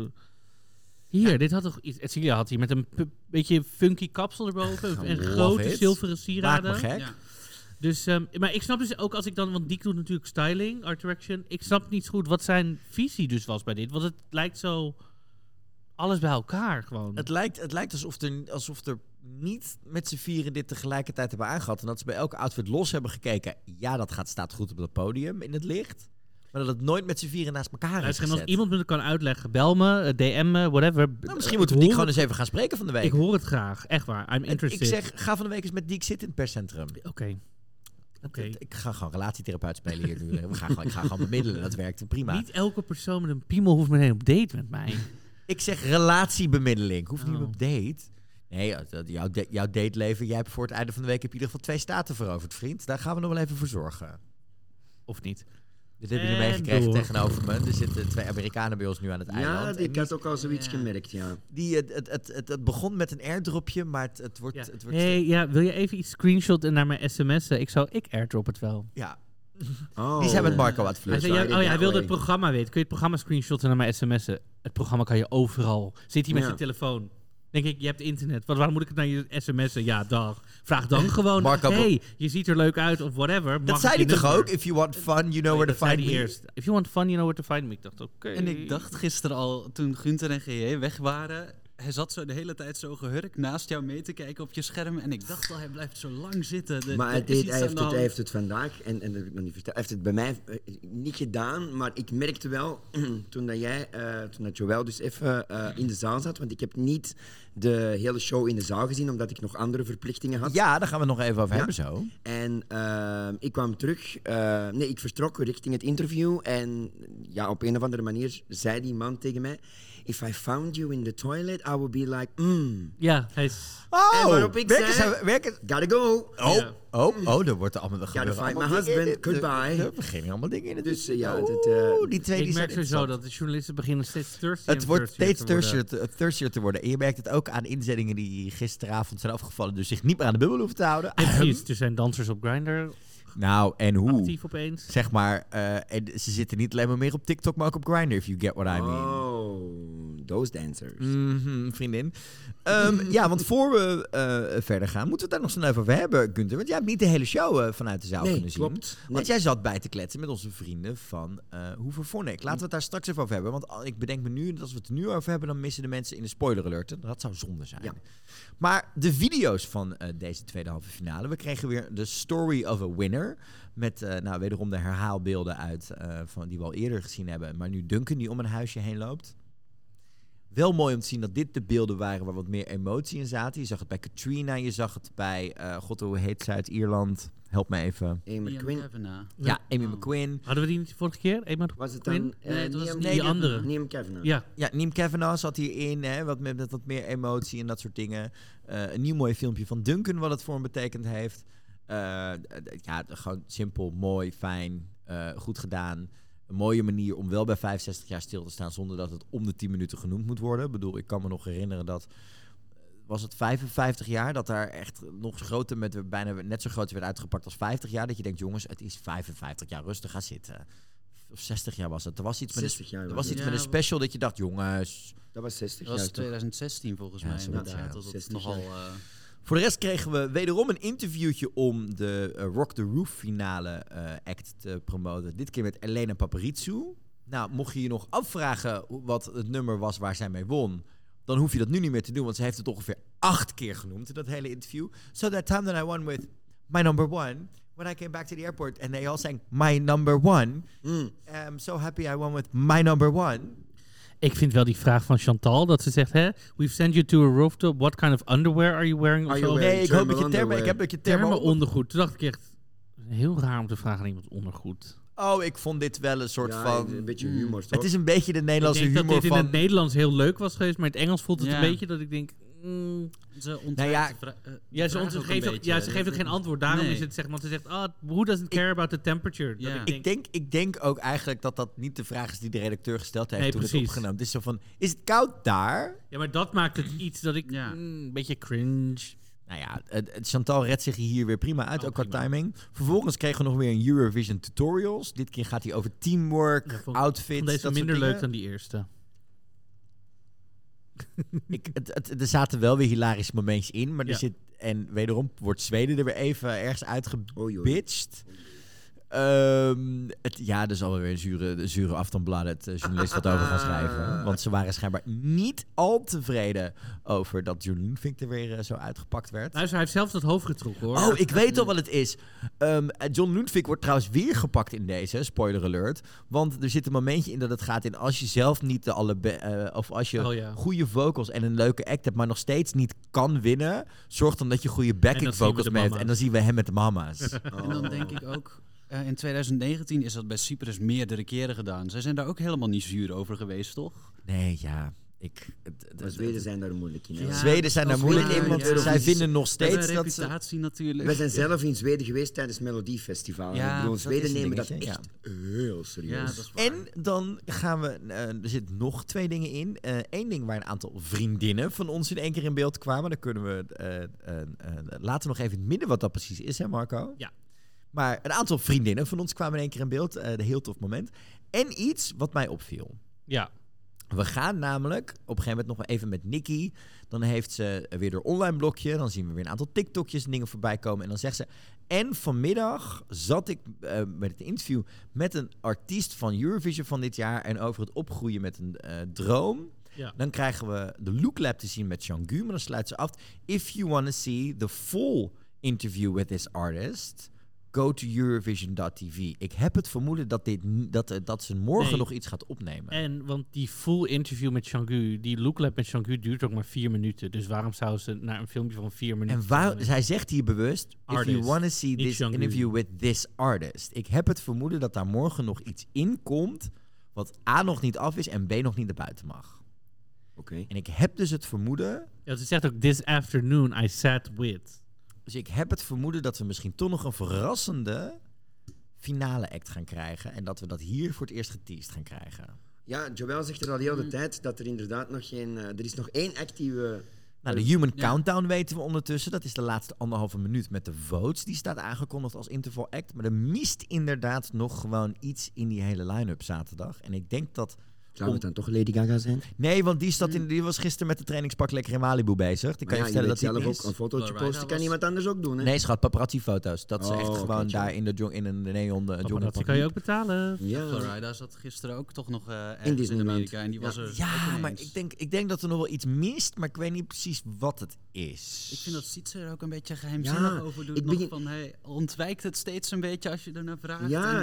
dit had toch iets... Etcilia had hier met een beetje funky kapsel erboven. En grote zilveren sieraden. Maakt me gek. Ja. Dus, maar ik snap dus ook als ik dan... Want Diek doet natuurlijk styling, art direction. Ik snap niet zo goed wat zijn visie dus was bij dit. Want het lijkt zo... Alles bij elkaar gewoon. Het lijkt alsof er niet met z'n vieren dit tegelijkertijd hebben aangehad. En dat ze bij elke outfit los hebben gekeken. Ja, dat staat goed op het podium in het licht. Maar dat het nooit met z'n vieren naast elkaar is gezet. Als iemand me het kan uitleggen, bel me, DM me, whatever. Nou, misschien moeten we Diek gewoon eens even gaan spreken van de week. Ik hoor het graag, echt waar. I'm interested. Ik zeg, ga van de week eens met Diek zitten in het perscentrum. Oké. Ik ga gewoon relatietherapeut spelen hier nu. Ik ga gewoon bemiddelen, dat werkt prima. Niet elke persoon met een piemel hoeft meteen op date met mij. Ik zeg relatiebemiddeling. Hoeft niet op date. Nee, jouw dateleven, jij hebt voor het einde van de week in ieder geval 2 staten veroverd, vriend. Daar gaan we nog wel even voor zorgen. Of niet? Dit hebben jullie meegekregen tegenover me. Er zitten 2 Amerikanen bij ons nu aan het eiland. Ja, ik had ook al zoiets gemerkt, ja. Het begon met een airdropje, maar het wordt... Ja. Wil je even iets screenshotten naar mijn sms'en? Ik airdrop het wel. Ja. Die zijn met Marco aan het flussen. Hij wilde het programma weten. Kun je het programma screenshotten naar mijn sms'en? Het programma kan je overal. Zit hij met je telefoon? Denk ik, je hebt internet. Waarom moet ik het naar je sms'en? Ja, dag. Vraag dan gewoon, je ziet er leuk uit of whatever. Dat zei hij toch ook? If you want fun, you know where to find me. Eerst. If you want fun, you know where to find me. Ik dacht, oké. En ik dacht gisteren al, toen Gunther en GJ weg waren... Hij zat zo de hele tijd zo gehurkt naast jou mee te kijken op je scherm. En ik dacht al, hij blijft zo lang zitten. Maar hij heeft het vandaag, en dat heb ik nog niet verteld, hij heeft het bij mij niet gedaan. Maar ik merkte wel, toen dat Joël dus even in de zaal zat, want ik heb niet de hele show in de zaal gezien, omdat ik nog andere verplichtingen had. Ja, daar gaan we het nog even over hebben zo. En ik kwam terug, ik vertrok richting het interview. En op een of andere manier zei die man tegen mij... If I found you in the toilet, I would be like, Ja, hij is... En waarop ik zei, gotta go. Er wordt allemaal... Gotta find my husband, goodbye. Er beginnen allemaal dingen in het... Dus die twee ik merk sowieso dat de journalisten beginnen steeds thirstier. Het wordt steeds thirstier te worden. En je merkt het ook aan inzendingen die gisteravond zijn afgevallen, dus zich niet meer aan de bubbel hoeven te houden. Precies, er zijn dansers op Grindr. Nou, en hoe? Actief opeens. Zeg maar, en ze zitten niet alleen maar meer op TikTok, maar ook op Grindr, if you get what I mean. Oh, those dancers. Vriendin. Want voor we verder gaan, moeten we het daar nog zo over hebben, Gunther. Want jij hebt niet de hele show vanuit de zaal kunnen zien. Klopt. Want jij zat bij te kletsen met onze vrienden van Hooverphonic. Laten we het daar straks even over hebben. Want ik bedenk me nu, dat als we het er nu over hebben, dan missen de mensen in de spoiler alert. Dat zou zonde zijn. Ja. Maar de video's van deze tweede halve finale. We kregen weer de Story of a Winner. Met wederom de herhaalbeelden uit die we al eerder gezien hebben. Maar nu Duncan die om een huisje heen loopt. Wel mooi om te zien dat dit de beelden waren waar wat meer emotie in zaten. Je zag het bij Katrina, je zag het bij, hoe heet ze uit Ierland? Help me even. Amy McQueen. Ja, Amy McQueen. Hadden we die niet de vorige keer? Amy Was het McQueen? dan... Nee, het was die andere. Liam Kavanaugh. Ja. Ja, Neem Kavanaugh zat hierin, hè, met wat meer emotie en dat soort dingen. Een nieuw mooi filmpje van Duncan, wat het voor hem betekend heeft. Gewoon simpel, mooi, fijn, goed gedaan. Een mooie manier om wel bij 65 jaar stil te staan zonder dat het om de 10 minuten genoemd moet worden. Ik bedoel, ik kan me nog herinneren dat... Was het 55 jaar dat daar echt nog groter met bijna net zo groot werd uitgepakt als 50 jaar? Dat je denkt, jongens, het is 55 jaar, rustig gaan zitten. Of 60 jaar was het. Er was iets met een special dat je dacht, jongens... Dat was 60 jaar. Dat was 2016 volgens mij. Inderdaad. Dat was nogal... Voor de rest kregen we wederom een interviewtje om de Rock the Roof finale act te promoten. Dit keer met Elena Paparizou. Nou, mocht je je nog afvragen wat het nummer was waar zij mee won... dan hoef je dat nu niet meer te doen, want ze heeft het ongeveer 8 keer genoemd in dat hele interview. So that time that I won with my number one, when I came back to the airport and they all sang my number one, I'm so happy I won with my number one. Ik vind wel die vraag van Chantal, dat ze zegt, hè, we've sent you to a rooftop, what kind of underwear are you wearing? Nee, ik hoop dat je termen, ik heb dat je termen ondergoed. Toen dacht ik echt, heel raar om te vragen aan iemand ondergoed. Oh, ik vond dit wel een soort van... een beetje humor, toch? Het is een beetje de Nederlandse humor van... Ik denk dat dit in het Nederlands heel leuk was geweest, maar in het Engels voelt het een beetje dat ik denk... Ze geeft ook geen antwoord. Daarom is het, zeg maar, ze zegt, who doesn't care about the temperature? Ja. Ik denk ook eigenlijk dat niet de vraag is die de redacteur gesteld heeft toen het opgenomen. Het is zo van, is het koud daar? Ja, maar dat maakt het iets dat ik een beetje cringe... Nou ja, Chantal redt zich hier weer prima uit, ook qua timing. Vervolgens kregen we nog weer een Eurovision Tutorials. Dit keer gaat hij over teamwork, outfits, vond deze dat minder soort leuk dan die eerste. Er zaten wel weer hilarische momentjes in, maar er zit... En wederom wordt Zweden er weer even ergens uitgebitcht. Er zal weer een zure afstandsblad journalist wat over gaan schrijven. Want ze waren schijnbaar niet al tevreden over dat John Lundvik er weer zo uitgepakt werd. Nou, hij heeft zelf dat hoofd getrokken, hoor. Oh, ik weet al wat het is. John Lundvik wordt trouwens weer gepakt in deze, spoiler alert. Want er zit een momentje in dat het gaat in als je zelf niet of als je goede vocals en een leuke act hebt, maar nog steeds niet kan winnen, zorg dan dat je goede backing vocals mee hebt. En dan zien we hem met de mama's. En dan denk ik ook... in 2019 is dat bij Cyprus meerdere keren gedaan. Zij zijn daar ook helemaal niet zuur over geweest, toch? Nee, ja. Zweden zijn daar moeilijk in. Ja, Zweden zijn daar moeilijk in, want zij vinden nog steeds dat reputatie natuurlijk. We zijn zelf in Zweden geweest tijdens Melodiefestival. Ja, Zweden nemen dat echt heel serieus. Ja, en dan gaan we... er zitten nog 2 dingen in. Eén ding waar een aantal vriendinnen van ons in één keer in beeld kwamen. Dan kunnen we laten nog even in het midden wat dat precies is, hè Marco? Ja. Maar een aantal vriendinnen van ons kwamen in één keer in beeld. Een heel tof moment. En iets wat mij opviel. Ja. We gaan namelijk op een gegeven moment nog even met Nikki. Dan heeft ze weer haar online blokje. Dan zien we weer een aantal TikTokjes en dingen voorbij komen. En dan zegt ze... En vanmiddag zat ik met het interview met een artiest van Eurovision van dit jaar. En over het opgroeien met een droom. Ja. Dan krijgen we de Look Lab te zien met Jean-Gu. Maar dan sluit ze af. If you want to see the full interview with this artist... Go to Eurovision.tv. Ik heb het vermoeden dat ze morgen nog iets gaat opnemen. En want die full interview met Jean-Gu, die Looklab met Jean-Gu duurt ook maar 4 minuten. Dus waarom zou ze naar een filmpje van 4 minuten... En zij zegt hier bewust, artist, if you want to see this interview with this artist. Ik heb het vermoeden dat daar morgen nog iets in komt wat A nog niet af is en B nog niet naar buiten mag. Oké. En ik heb dus het vermoeden... Ja, ze zegt ook, this afternoon I sat with... Dus ik heb het vermoeden dat we misschien toch nog een verrassende finale act gaan krijgen. En dat we dat hier voor het eerst geteased gaan krijgen. Ja, Joël zegt er al heel de tijd dat er inderdaad nog geen... Er is nog 1 act die we... Nou, de Human Countdown weten we ondertussen. Dat is de laatste 1,5 minuut met de votes. Die staat aangekondigd als interval act. Maar er mist inderdaad nog gewoon iets in die hele line-up zaterdag. En ik denk dat... Zou het dan toch Lady Gaga zijn? Nee, want die was gisteren met de trainingspak lekker in Malibu bezig. Die kan je vertellen dat zelf ook een fotootje posten. Kan iemand anders ook doen, hè? Nee, schat, paparazzi-foto's. Dat is echt gewoon daar in een neon paparazzi kan je ook betalen. Ja. Florida zat gisteren ook toch nog in Amerika. En die was er maar ik denk dat er nog wel iets mist, maar ik weet niet precies wat het is. Ik vind dat Sietse er ook een beetje geheimzinnig over doet. Van, hij ontwijkt het steeds een beetje als je er naar vraagt. Ja,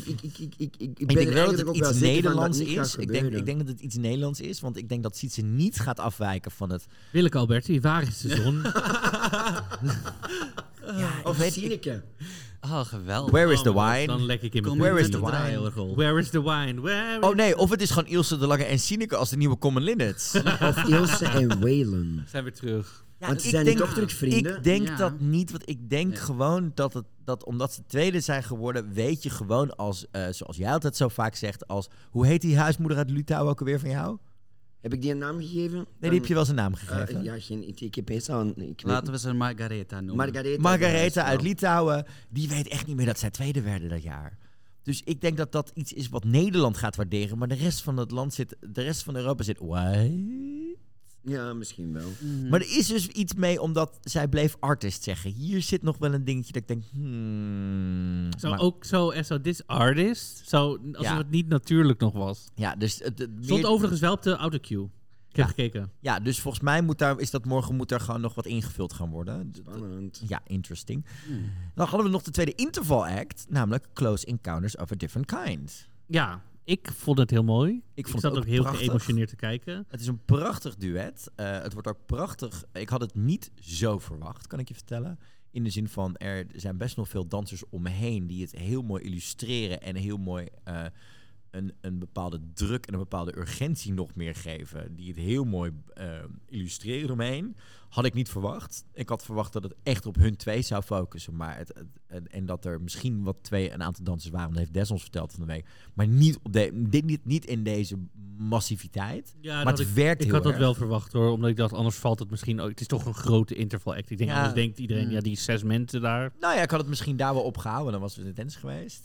ik denk wel dat het iets Nederlands is. Ik denk dat het iets Nederlands is, want ik denk dat Sietse niet gaat afwijken van het... Willeke Alberti, waar is de zon? Of Sineke. Oh, geweldig. Where is the wine? Dan lek ik in mijn Where is Met the de wine? draaiorgel. Where is the wine? Oh nee, of het is gewoon Ilse de Lange en Sineke als de nieuwe Common Linnets. Of Ilse en Waylon. Zijn weer terug. Ja, Want ze ik zijn denk- toch terug vrienden? Ik denk Ja. dat niet, want ik denk gewoon dat omdat ze tweede zijn geworden, weet je gewoon als, zoals jij altijd zo vaak zegt, als, hoe heet die huismoeder uit Litouwen ook alweer van jou? Heb ik die een naam gegeven? Nee, die heb je wel zijn naam gegeven. Ja, ik heb eens aan... Laten we ze Margaretha noemen. Margaretha uit Litouwen, die weet echt niet meer dat zij tweede werden dat jaar. Dus ik denk dat dat iets is wat Nederland gaat waarderen, maar de rest van het land zit, de rest van Europa zit, what? Ja, misschien wel. Maar er is dus iets mee, omdat zij bleef artist zeggen. Hier zit nog wel een dingetje dat ik denk, Zo maar- ook zo this artist. Zo, alsof Ja. het niet natuurlijk nog was. Ja, dus Stond overigens wel op de autocue. Ik heb gekeken. Ja, dus volgens mij moet daar gewoon nog wat ingevuld gaan worden. Spannend. Ja, interesting. Dan hadden we nog de tweede interval act, namelijk Close Encounters of a Different Kind. Ja, ik vond het heel mooi. Ik vond zat het ook ook heel prachtig. geëmotioneerd te kijken. Het is een prachtig duet. Het wordt ook prachtig. Ik had het niet zo verwacht, kan ik je vertellen. In de zin van, er zijn best nog veel dansers om me heen die het heel mooi illustreren en heel mooi een bepaalde druk en een bepaalde urgentie nog meer geven. Die het heel mooi illustreren omheen. Had ik niet verwacht. Ik had verwacht dat het echt op hun twee zou focussen. Maar en dat er misschien een aantal dansers waren. Dat heeft Des ons verteld van de week. Maar niet, niet in deze massiviteit. Ja, maar het werkt ik heel had dat erg. wel verwacht hoor. Omdat ik dacht, anders valt het misschien ook. Het is toch een grote interval act. Ik denk, Ja. anders denkt iedereen, ja, die 6 mensen daar. Nou ja, ik had het misschien daar wel opgehouden. Dan was het intens geweest.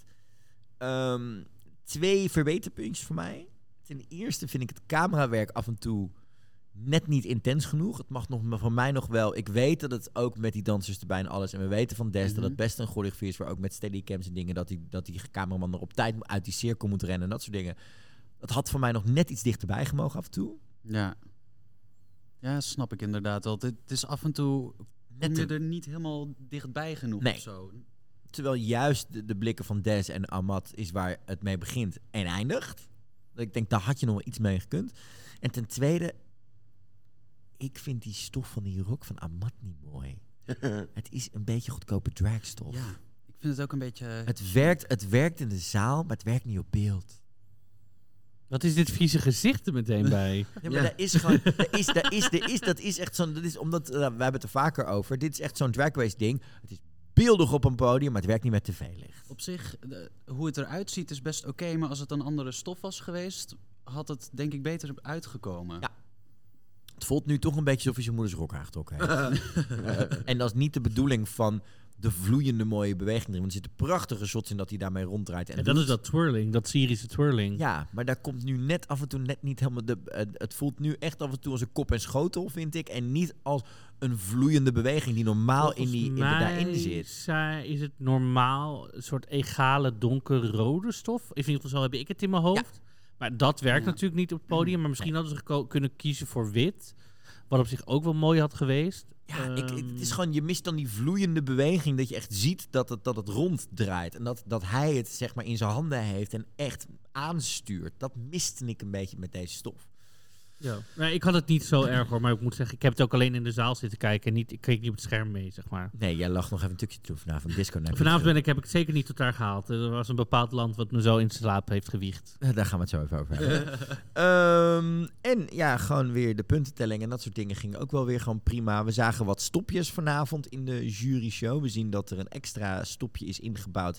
2 verbeterpuntjes voor mij. Ten eerste vind ik het camerawerk af en toe net niet intens genoeg. Het mag nog van mij nog wel. Ik weet dat het ook met die dansers erbij en alles. En we weten van Des dat het best een choreografie is. Waar ook met steadycams en dingen. Dat die cameraman er op tijd uit die cirkel moet rennen. En dat soort dingen. Dat had voor mij nog net iets dichterbij gemogen af en toe. Ja, snap ik inderdaad wel. Het is af en toe Net kom je er niet helemaal dichtbij genoeg Nee. of zo. Terwijl juist de blikken van Des en Amat is waar het mee begint en eindigt. Ik denk, daar had je nog wel iets mee gekund. En ten tweede, ik vind die stof van die rok van Amat niet mooi. Het is een beetje goedkope dragstof. Ja, ik vind het ook een beetje... Het werkt in de zaal, maar het werkt niet op beeld. Wat is dit vieze gezicht er meteen bij? Ja, maar dat is gewoon... Dat is echt zo'n... Dat is omdat... we hebben het er vaker over. Dit is echt zo'n drag race ding. Het is beeldig op een podium, maar het werkt niet met tv-licht. Op zich, hoe het eruit ziet is best oké, maar als het een andere stof was geweest, had het denk ik beter uitgekomen. Ja. Het voelt nu toch een beetje alsof je zijn moeders rok aangetrokken heeft. En dat is niet de bedoeling van de vloeiende mooie beweging erin. Want er zitten prachtige shots in dat hij daarmee ronddraait. En dat is dat twirling, dat Syrische twirling. Ja, maar daar komt nu net af en toe net niet helemaal... Het voelt nu echt af en toe als een kop en schotel, vind ik. En niet als een vloeiende beweging die normaal daarin zit. Is het normaal een soort egale donkerrode stof? In ieder geval zo heb ik het in mijn hoofd. Maar dat werkt natuurlijk niet op het podium. Maar misschien hadden ze kunnen kiezen voor wit. Wat op zich ook wel mooi had geweest. Ja, het is gewoon, je mist dan die vloeiende beweging. Dat je echt ziet dat het ronddraait. En dat hij het zeg maar in zijn handen heeft en echt aanstuurt. Dat miste ik een beetje met deze stof. Ja. Nee, ik had het niet zo erg hoor. Maar ik moet zeggen, ik heb het ook alleen in de zaal zitten kijken. En ik keek niet op het scherm mee, zeg maar. Nee, jij lag nog even een tukje toe vanavond. Disco Vanavond heb ik het zeker niet tot daar gehaald. Er was een bepaald land wat me zo in slaap heeft gewiegd. Daar gaan we het zo even over hebben. En ja, gewoon weer de puntentelling en dat soort dingen gingen ook wel weer gewoon prima. We zagen wat stopjes vanavond in de juryshow. We zien dat er een extra stopje is ingebouwd.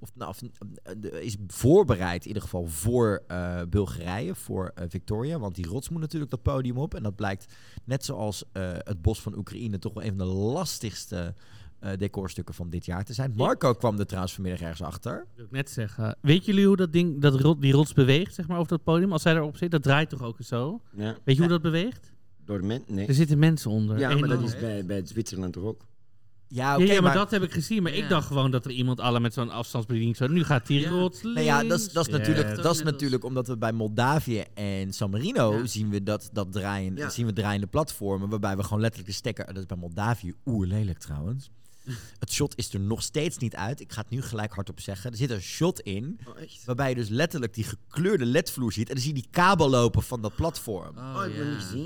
Is voorbereid in ieder geval voor Bulgarije, voor Victoria. Want die rots moet natuurlijk dat podium op. En dat blijkt, net zoals het bos van Oekraïne, toch wel een van de lastigste decorstukken van dit jaar te zijn. Marco kwam er trouwens vanmiddag ergens achter. Dat wil ik net zeggen. Weet jullie hoe dat ding, die rots beweegt, zeg maar, over dat podium? Als zij erop zit, dat draait toch ook zo? Ja. Weet je hoe dat beweegt? Door nee. Er zitten mensen onder. Ja, maar dat is bij Zwitserland toch ook? Ja, ja, maar dat heb ik gezien. Maar ik dacht gewoon dat er iemand alle met zo'n afstandsbediening zo... Nu gaat die rots links. Nou ja, dat is natuurlijk omdat we bij Moldavië en San Marino zien we dat draaien, zien we draaiende platformen, waarbij we gewoon letterlijk de stekker... Dat is bij Moldavië oerlelijk trouwens. Het shot is er nog steeds niet uit. Ik ga het nu gelijk hardop zeggen. Er zit een shot in, waarbij je dus letterlijk die gekleurde ledvloer ziet. En dan zie je die kabel lopen van dat platform. Ik heb het niet gezien.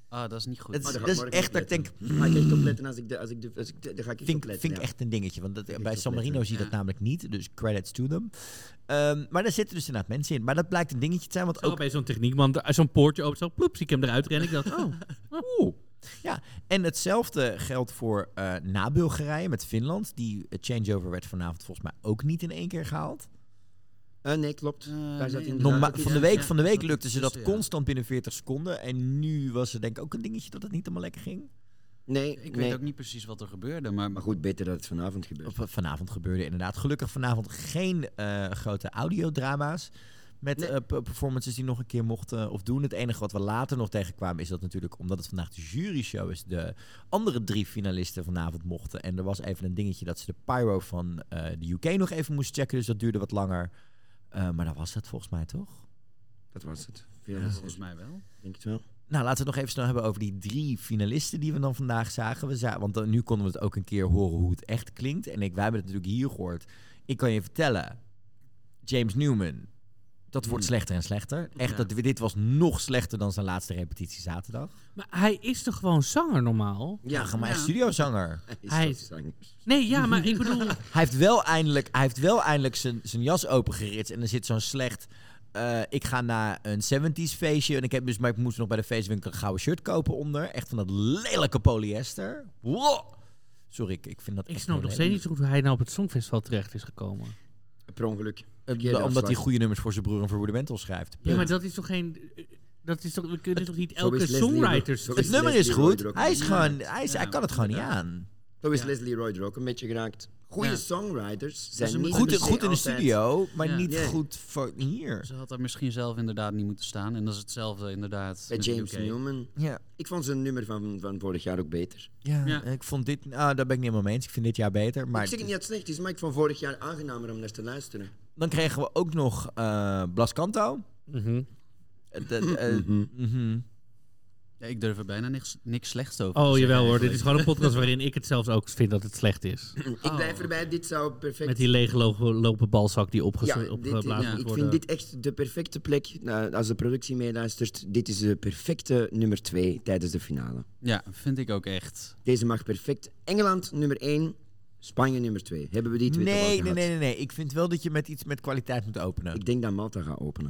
Ah, dat is niet goed. Het is- Maar dat daar is ga ik echt dat ik denk... Ga ik echt opletten daar ga ik echt Vind opletten. ik ja. echt een dingetje. Want bij echt San Marino zie je dat ja. namelijk niet. Dus credits to them. Maar daar zitten dus inderdaad mensen in. Maar dat blijkt een dingetje te zijn. Want Ook ook bij zo'n techniekman, zo'n poortje open, zo ploep, zie ik hem eruit rennen. Ik dacht, Oeh. Ja, en hetzelfde geldt voor na Bulgarije met Finland. Die changeover werd vanavond volgens mij ook niet in 1 keer gehaald. Nee, klopt. Daar zat nee, inderdaad Van de week lukte ze dat ja. constant binnen 40 seconden. En nu was er denk ik ook een dingetje dat het niet helemaal lekker ging. Nee, Ik weet ook niet precies wat er gebeurde, maar Maar goed, beter dat het vanavond gebeurt. Of vanavond gebeurde inderdaad. Gelukkig vanavond geen grote audiodrama's. Met Nee. performances die nog een keer mochten of doen. Het enige wat we later nog tegenkwamen is dat natuurlijk, omdat het vandaag de juryshow is, de andere 3 finalisten vanavond mochten. En er was even een dingetje dat ze de pyro van de UK nog even moesten checken. Dus dat duurde wat langer. Maar dat was het volgens mij toch? Dat was het. volgens mij wel. Denk het wel. Nou, laten we het nog even snel hebben over die 3 finalisten die we dan vandaag zagen. Want nu konden we het ook een keer horen hoe het echt klinkt. En wij hebben het natuurlijk hier gehoord. Ik kan je vertellen, James Newman, dat wordt slechter en slechter. Echt, dit was nog slechter dan zijn laatste repetitie zaterdag. maar hij is toch gewoon zanger normaal? Ja, ga maar echt studiozanger. Hij- Is zanger. Nee, ja, maar ik bedoel... Hij heeft wel eindelijk zijn jas opengeritst. En er zit zo'n slecht... ik ga naar een 70s feestje. En maar ik moest nog bij de feestwinkel een gouden shirt kopen onder. Echt van dat lelijke polyester. Wow. Sorry, ik vind dat Ik echt snap heel nog steeds lelijk. niet zo goed hoe hij nou op het Songfestival terecht is gekomen. Per ongeluk. Omdat hij goede nummers voor zijn broer en voor Woody Mental schrijft. Ja, maar dat is toch geen... we kunnen toch niet Zo elke is Leslie songwriter... Zo Het is nummer is Leslie Roy goed. er ook Hij is een gewoon... Ja. Hij kan het gewoon niet aan. Zo is Leslie Roy er ook een beetje geraakt. Goede Ja. songwriters Dus zijn ze niet moeten Goed, per se goed in de altijd- studio, maar Ja. niet Nee. goed voor hier. Ze had er misschien zelf inderdaad niet moeten staan. En dat is hetzelfde inderdaad Bij met James de UK. Newman. Ja. Ik vond zijn nummer van vorig jaar ook beter. Ja, ik vond dit... daar ben ik niet helemaal mee eens. Ik vind dit jaar beter. Maar Ik zeg niet dat het slecht is, maar ik vond vorig jaar aangenamer om naar te luisteren. dan kregen we ook nog Blas Canto. Mhm. Ja, ik durf er bijna niks slechts over te Oh, zeggen jawel hoor. Dit eigenlijk. is gewoon een podcast waarin ik het zelfs ook vind dat het slecht is. Ik blijf erbij, dit zou perfect... Met die leeglopen balzak die ja, opgeblazen ik moet worden. vind dit echt de perfecte plek. Nou, als de productie meeluistert, dit is de perfecte nummer 2 tijdens de finale. Ja, vind ik ook echt. Deze mag perfect. Engeland nummer 1, Spanje nummer 2. Hebben we die twee toch al gehad? Nee. Ik vind wel dat je met iets met kwaliteit moet openen. Ik denk dat Malta gaat openen.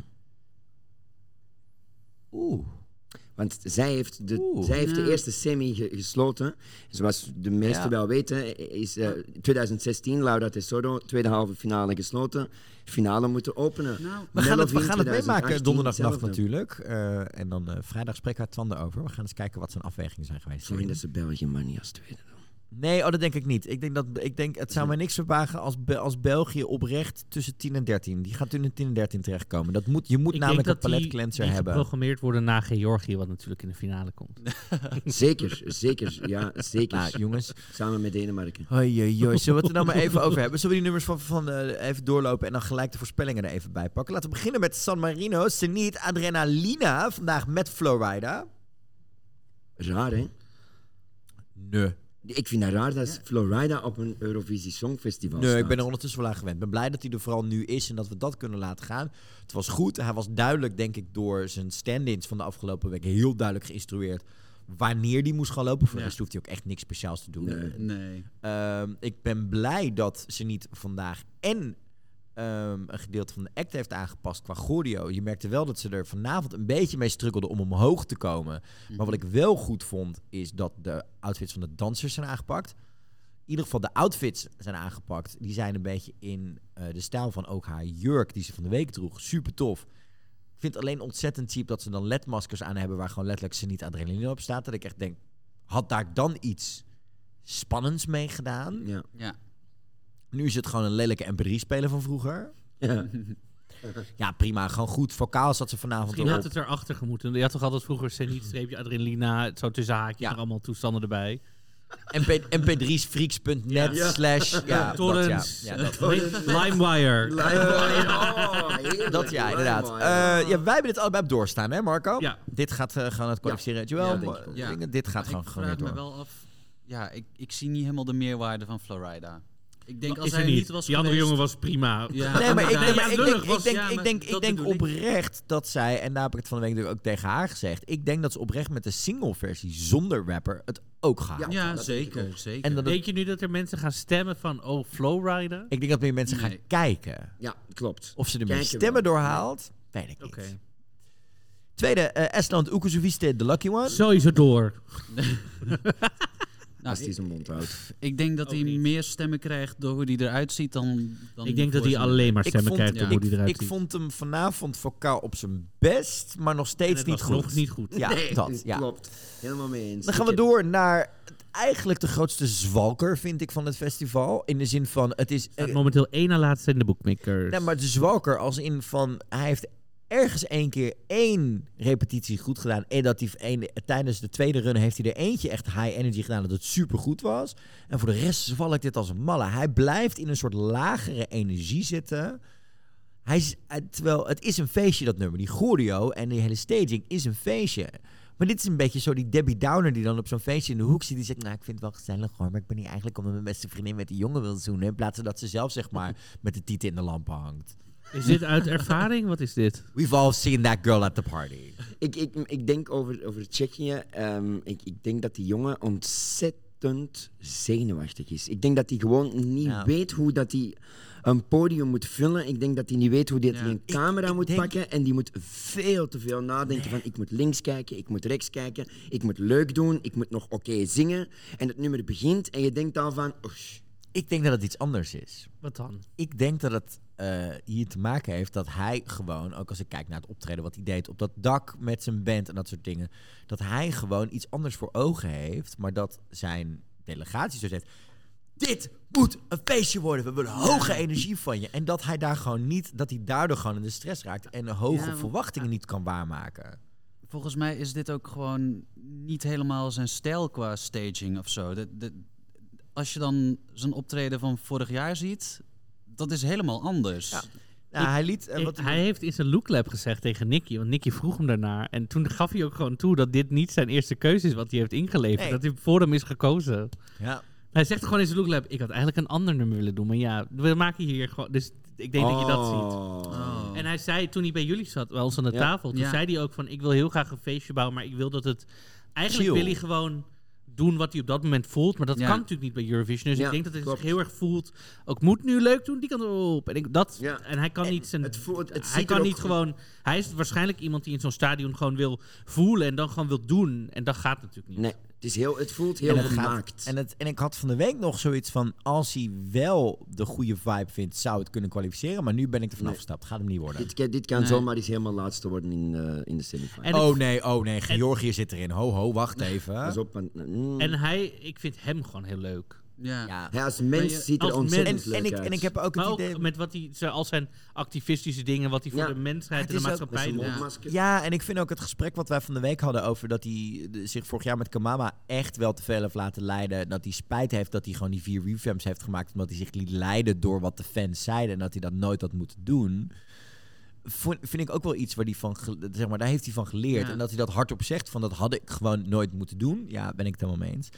Oeh. Want zij heeft de eerste semi gesloten. Zoals de meesten wel weten, is 2016 Laura Tesoro, tweede halve finale gesloten. Finale moeten openen. Nou, We gaan het Melvin meemaken 2018 donderdagnacht hetzelfde. natuurlijk. En dan vrijdag spreken we Twan erover. We gaan eens kijken wat zijn afwegingen zijn geweest. Sorry dat ze België maar niet als tweede doen. Nee, dat denk ik niet. Ik denk het zou mij niks verbagen als België oprecht tussen 10 en 13. Die gaat in 10 en 13 terechtkomen. Je moet Ik namelijk denk een dat paletclenser die hebben. geprogrammeerd worden na Georgië, wat natuurlijk in de finale komt. Zeker. Ja, zeker. Nou, jongens. Samen met Denemarken. Hoi. Zullen we het er nou maar even over hebben? Zullen we die nummers van even doorlopen en dan gelijk de voorspellingen er even bij pakken? Laten we beginnen met San Marino, Zenit, Adrenalina. Vandaag met Flowrider. Raar, hè? Nee. Ik vind het raar dat Florida op een Eurovisie Songfestival Nee, staat. ik ben er ondertussen wel aan gewend. Ik ben blij dat hij er vooral nu is en dat we dat kunnen laten gaan. Het was goed. Hij was duidelijk, denk ik, door zijn stand-ins van de afgelopen week heel duidelijk geïnstrueerd wanneer die moest gaan lopen. Voor de rest hoeft hij ook echt niks speciaals te doen. Nee. Ik ben blij dat ze niet vandaag en een gedeelte van de act heeft aangepast qua choreo. Je merkte wel dat ze er vanavond een beetje mee struggelden om omhoog te komen. Maar wat ik wel goed vond, is dat de outfits van de dansers zijn aangepakt. In ieder geval de outfits zijn aangepakt. Die zijn een beetje in de stijl van ook haar jurk die ze van de week droeg. Super tof. Ik vind het alleen ontzettend cheap dat ze dan ledmaskers aan hebben waar gewoon letterlijk ze niet adrenaline op staat. Dat ik echt denk, had daar dan iets spannends mee gedaan? Ja. Nu is het gewoon een lelijke MP3-speler van vroeger. Ja. Ja, prima. Gewoon goed. Vocaal zat ze vanavond Misschien erop. had het erachter gemoeten. Je had toch altijd vroeger Zenit-streepje adrenalina, zo tussen haakjes, nog allemaal toestanden erbij. mp3sfreaks.net / Ja, Torrents. dat, ja, dat. LimeWire. Dat ja, inderdaad. Ja, wij hebben dit allebei op doorstaan, hè Marco? Ja. Dit gaat gewoon het kwalificeren. Joël, denk ik ook. dingen, dit gaat Maar gewoon ik weer vraag me door. wel af. Ja, ik zie niet helemaal de meerwaarde van Florida. Ik denk als Is hij er niet niet. was Die andere geweest- jongen was prima. Ja, Nee, maar inderdaad. ik denk oprecht dat zij, en daar heb ik het van de week natuurlijk ook tegen haar gezegd, ik denk dat ze oprecht met de single-versie zonder rapper het ook gaat. Ja, dat zeker, denk ik ook. zeker. En dat het- Denk je nu dat er mensen gaan stemmen van, Flowrider? Ik denk dat meer mensen gaan Nee. kijken. Ja, klopt. Of ze er meer Kijken stemmen wel. doorhaalt, weet ik niet. Oké. Tweede, Estland Oekuzuviste, The Lucky One. Sowieso door. Als hij zijn mond houdt. Ik denk dat Ook hij niet. meer stemmen krijgt door hoe hij eruit ziet dan Ik denk dat hij voor alleen maar Ik stemmen vond, krijgt door hoe hij eruit ik ziet. vond hem vanavond vocaal op zijn best, maar nog En steeds het niet was goed. nog niet goed. Ja, dat. Ja. Klopt. Helemaal mee eens. Dan gaan we door naar eigenlijk de grootste zwalker, vind ik, van het festival. In de zin van, het is... Staat momenteel 1 na laatste in de bookmakers. Nee, maar de zwalker als in van... Hij heeft ergens 1 repetitie goed gedaan. En dat tijdens de tweede run heeft hij er eentje echt high energy gedaan. Dat het super goed was. En voor de rest zwalkt dit als een malle. Hij blijft in een soort lagere energie zitten. Terwijl het is een feestje, dat nummer. Die choreo en die hele staging is een feestje. Maar dit is een beetje zo die Debbie Downer die dan op zo'n feestje in de hoek zit. Die zegt, nou, ik vind het wel gezellig hoor. Maar ik ben hier eigenlijk omdat mijn beste vriendin met die jongen wil zoenen. In plaats van dat ze zelf, zeg maar, met de tieten in de lampen hangt. Is dit uit ervaring? Wat is dit? We've all seen that girl at the party. Ik denk over Tsjechië. Ik denk dat die jongen ontzettend zenuwachtig is. Ik denk dat hij gewoon niet weet hoe dat hij een podium moet vullen. Ik denk dat hij niet weet hoe hij een camera moet pakken. En die moet veel te veel nadenken van ik moet links kijken, ik moet rechts kijken, ik moet leuk doen, ik moet nog oké zingen. En het nummer begint en je denkt dan van... Oesh. Ik denk dat het iets anders is. Wat dan? Ik denk dat het hier te maken heeft dat hij gewoon, ook als ik kijk naar het optreden wat hij deed op dat dak met zijn band en dat soort dingen, dat hij gewoon iets anders voor ogen heeft, maar dat zijn delegatie zo zegt, dit moet een feestje worden, we willen hoge energie van je. En dat hij daar gewoon niet, dat hij daardoor gewoon in de stress raakt en de hoge verwachtingen niet kan waarmaken. Volgens mij is dit ook gewoon niet helemaal zijn stijl qua staging of zo. Als je dan zijn optreden van vorig jaar ziet, dat is helemaal anders. Ja. Nou, hij heeft in zijn looklab gezegd tegen Nicky, want Nicky vroeg hem daarnaar. En toen gaf hij ook gewoon toe dat dit niet zijn eerste keuze is wat hij heeft ingeleverd. Nee. Dat hij voor hem is gekozen. Ja. Hij zegt gewoon in zijn looklab, ik had eigenlijk een ander nummer willen doen. Maar ja, we maken hier gewoon... Dus ik denk dat je dat ziet. En hij zei, toen hij bij jullie zat, wel eens aan de tafel, toen zei hij ook van, ik wil heel graag een feestje bouwen, maar ik wil dat het... Eigenlijk wil hij gewoon doen wat hij op dat moment voelt, maar dat kan natuurlijk niet bij Eurovision. Dus ik denk dat hij zich heel erg voelt, ook moet nu leuk doen, die kan erop. En hij kan niet zijn... Hij kan niet gewoon... Hij is waarschijnlijk iemand die in zo'n stadion gewoon wil voelen en dan gewoon wil doen. En dat gaat natuurlijk niet. Nee. Het voelt heel gemaakt. En ik had van de week nog zoiets van, als hij wel de goede vibe vindt, zou het kunnen kwalificeren. Maar nu ben ik er vanaf gestapt. Gaat hem niet worden. Dit kan zomaar eens helemaal laatste worden in de semifinal. Oh nee. Georgië zit erin. Ho, wacht even. Pas op. En ik vind hem gewoon heel leuk. Ja. Hij als mens ziet er ontzettend leuk uit. En ik heb ook het idee... Ook met wat hij, al zijn activistische dingen, wat hij voor de mensheid en de maatschappij doet. Ja, en ik vind ook het gesprek wat wij van de week hadden over dat hij zich vorig jaar met Kamama echt wel te veel heeft laten leiden. Dat hij spijt heeft dat hij gewoon die 4 revamps heeft gemaakt, omdat hij zich liet leiden door wat de fans zeiden en dat hij dat nooit had moeten doen. Vind ik ook wel iets waar die van, zeg maar, daar heeft hij van geleerd. Ja. En dat hij dat hardop zegt, van dat had ik gewoon nooit moeten doen. Ja, ben ik het helemaal mee eens.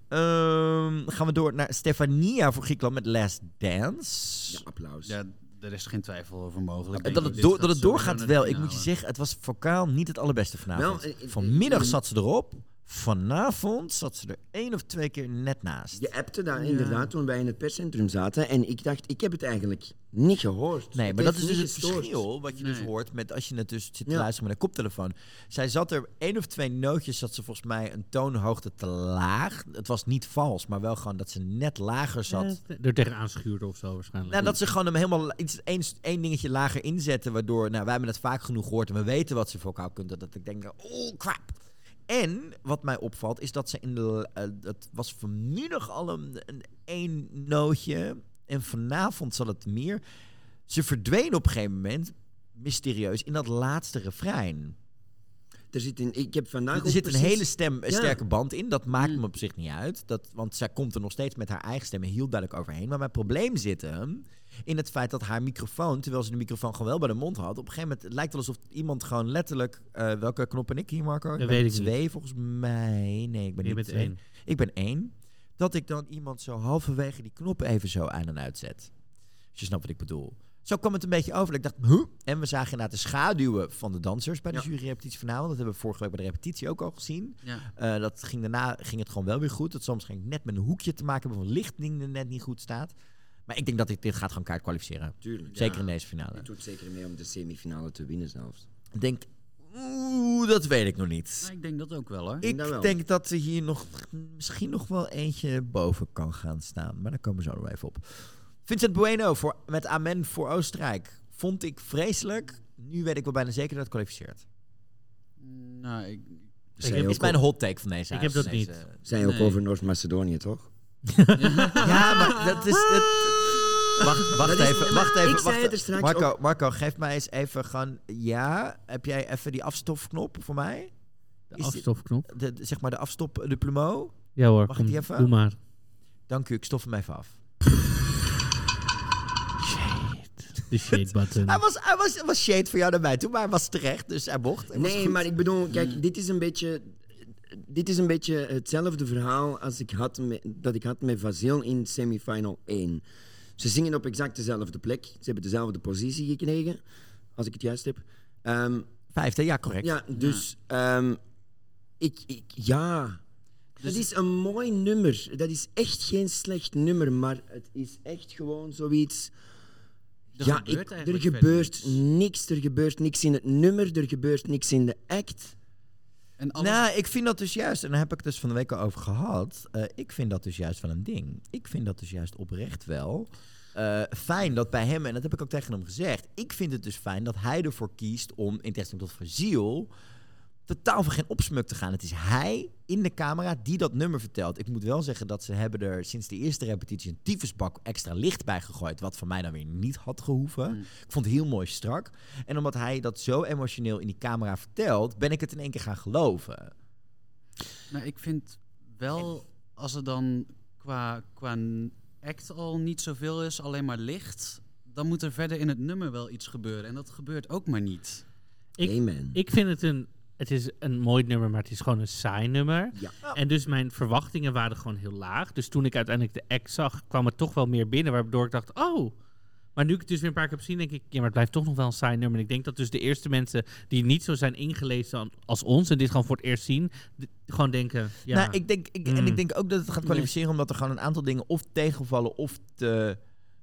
Gaan we door naar Stefania voor Griekenland met Last Dance. Ja, applaus. Ja, er is geen twijfel over mogelijk. Dat het doorgaat wel. Ik moet je zeggen, het was vocaal niet het allerbeste vanavond. Vanmiddag zat ze erop. Vanavond zat ze er 1 of 2 keer net naast. Je appte daar inderdaad toen wij in het perscentrum zaten. En ik dacht, ik heb het eigenlijk niet gehoord. Nee, maar dat is dus het verschil wat je dus hoort met als je het dus zit te luisteren met een koptelefoon. Zij zat er 1 of 2 nootjes, zat ze volgens mij een toonhoogte te laag. Het was niet vals, maar wel gewoon dat ze net lager zat. Er tegenaan schuurde of zo waarschijnlijk. Nou, dat ze gewoon hem helemaal één dingetje lager inzetten, waardoor, nou, wij hebben het vaak genoeg gehoord en we weten wat ze vocaal kunt. Dat ik denk, oh crap. En wat mij opvalt is dat ze het was vanmiddag al een nootje en vanavond zal het meer. Ze verdween op een gegeven moment mysterieus in dat laatste refrein. Er zit een hele sterke band in. Dat maakt me op zich niet uit. Want zij komt er nog steeds met haar eigen stem heel duidelijk overheen. Maar mijn probleem zit hem in het feit dat haar microfoon, terwijl ze de microfoon gewoon wel bij de mond had, op een gegeven moment het lijkt wel alsof iemand gewoon letterlijk... welke knop ben ik hier, Marco? Dat weet ik 2 volgens mij. Nee, ik ben niet 2. Ik ben 1. dat ik dan iemand zo halverwege die knop even zo aan en uitzet. Als je snapt wat ik bedoel. Zo kwam het een beetje over. Ik dacht, En we zagen inderdaad de schaduwen van de dansers bij de juryrepetitie vanavond. Dat hebben we vorige week bij de repetitie ook al gezien. Ja. Daarna ging het gewoon wel weer goed. Dat soms ging net met een hoekje te maken hebben van lichting die net niet goed staat. Maar ik denk dat dit gaat gewoon kaart kwalificeren. Tuurlijk. Zeker in deze finale. Het doet zeker mee om de semifinale te winnen zelfs. Ik denk, dat weet ik nog niet. Nou, ik denk dat ook wel, hoor. Ik denk dat er hier misschien nog wel eentje boven kan gaan staan. Maar daar komen we zo nog even op. Vincent Bueno met Amen voor Oostenrijk. Vond ik vreselijk. Nu weet ik wel bijna zeker dat het kwalificeert. Nou, is mijn hot take van deze. Ik heb dat niet. Zij ook over Noord-Macedonië, toch? Ja, maar dat is het. Wacht even. Marco, geef mij eens even gewoon... Ja, heb jij even die afstofknop voor mij? De afstofknop? Zeg maar de plumeau? Ja hoor, Mag ik die even? Doe maar. Dank u, ik stof hem even af. De shade button. Hij was shade voor jou naar mij toe, maar hij was terecht, dus hij mocht. Nee, maar ik bedoel, kijk, dit is een beetje hetzelfde verhaal als dat ik had met Vasil in semifinal 1. Ze zingen op exact dezelfde plek. Ze hebben dezelfde positie gekregen, als ik het juist heb. Vijfde, ja, correct. Ja, dus dat is een mooi nummer. Dat is echt geen slecht nummer, maar het is echt gewoon zoiets... Er gebeurt niks in het nummer, er gebeurt niks in de act. Nou, ik vind dat dus juist, en daar heb ik het dus van de week al over gehad. Ik vind dat dus juist wel een ding. Ik vind dat dus juist oprecht wel fijn dat bij hem, en dat heb ik ook tegen hem gezegd. Ik vind het dus fijn dat hij ervoor kiest om, in tegenstelling tot Vasil, totaal voor geen opsmuk te gaan. Het is hij in de camera die dat nummer vertelt. Ik moet wel zeggen dat ze hebben er sinds de eerste repetitie een tyfusbak extra licht bij gegooid, wat van mij dan weer niet had gehoeven. Ik vond het heel mooi strak. En omdat hij dat zo emotioneel in die camera vertelt, ben ik het in één keer gaan geloven. Nou, ik vind wel, als er dan qua act al niet zoveel is, alleen maar licht, dan moet er verder in het nummer wel iets gebeuren. En dat gebeurt ook maar niet. Ik vind het is een mooi nummer, maar het is gewoon een saai nummer. Ja. En dus mijn verwachtingen waren gewoon heel laag. Dus toen ik uiteindelijk de act zag, kwam het toch wel meer binnen. Waardoor ik dacht, maar nu ik het dus weer een paar keer heb gezien, denk ik, ja, maar het blijft toch nog wel een saai nummer. En ik denk dat dus de eerste mensen die niet zo zijn ingelezen als ons en dit gewoon voor het eerst zien, gewoon denken, ja. Nou, ik denk ook dat het gaat kwalificeren, omdat er gewoon een aantal dingen of tegenvallen of te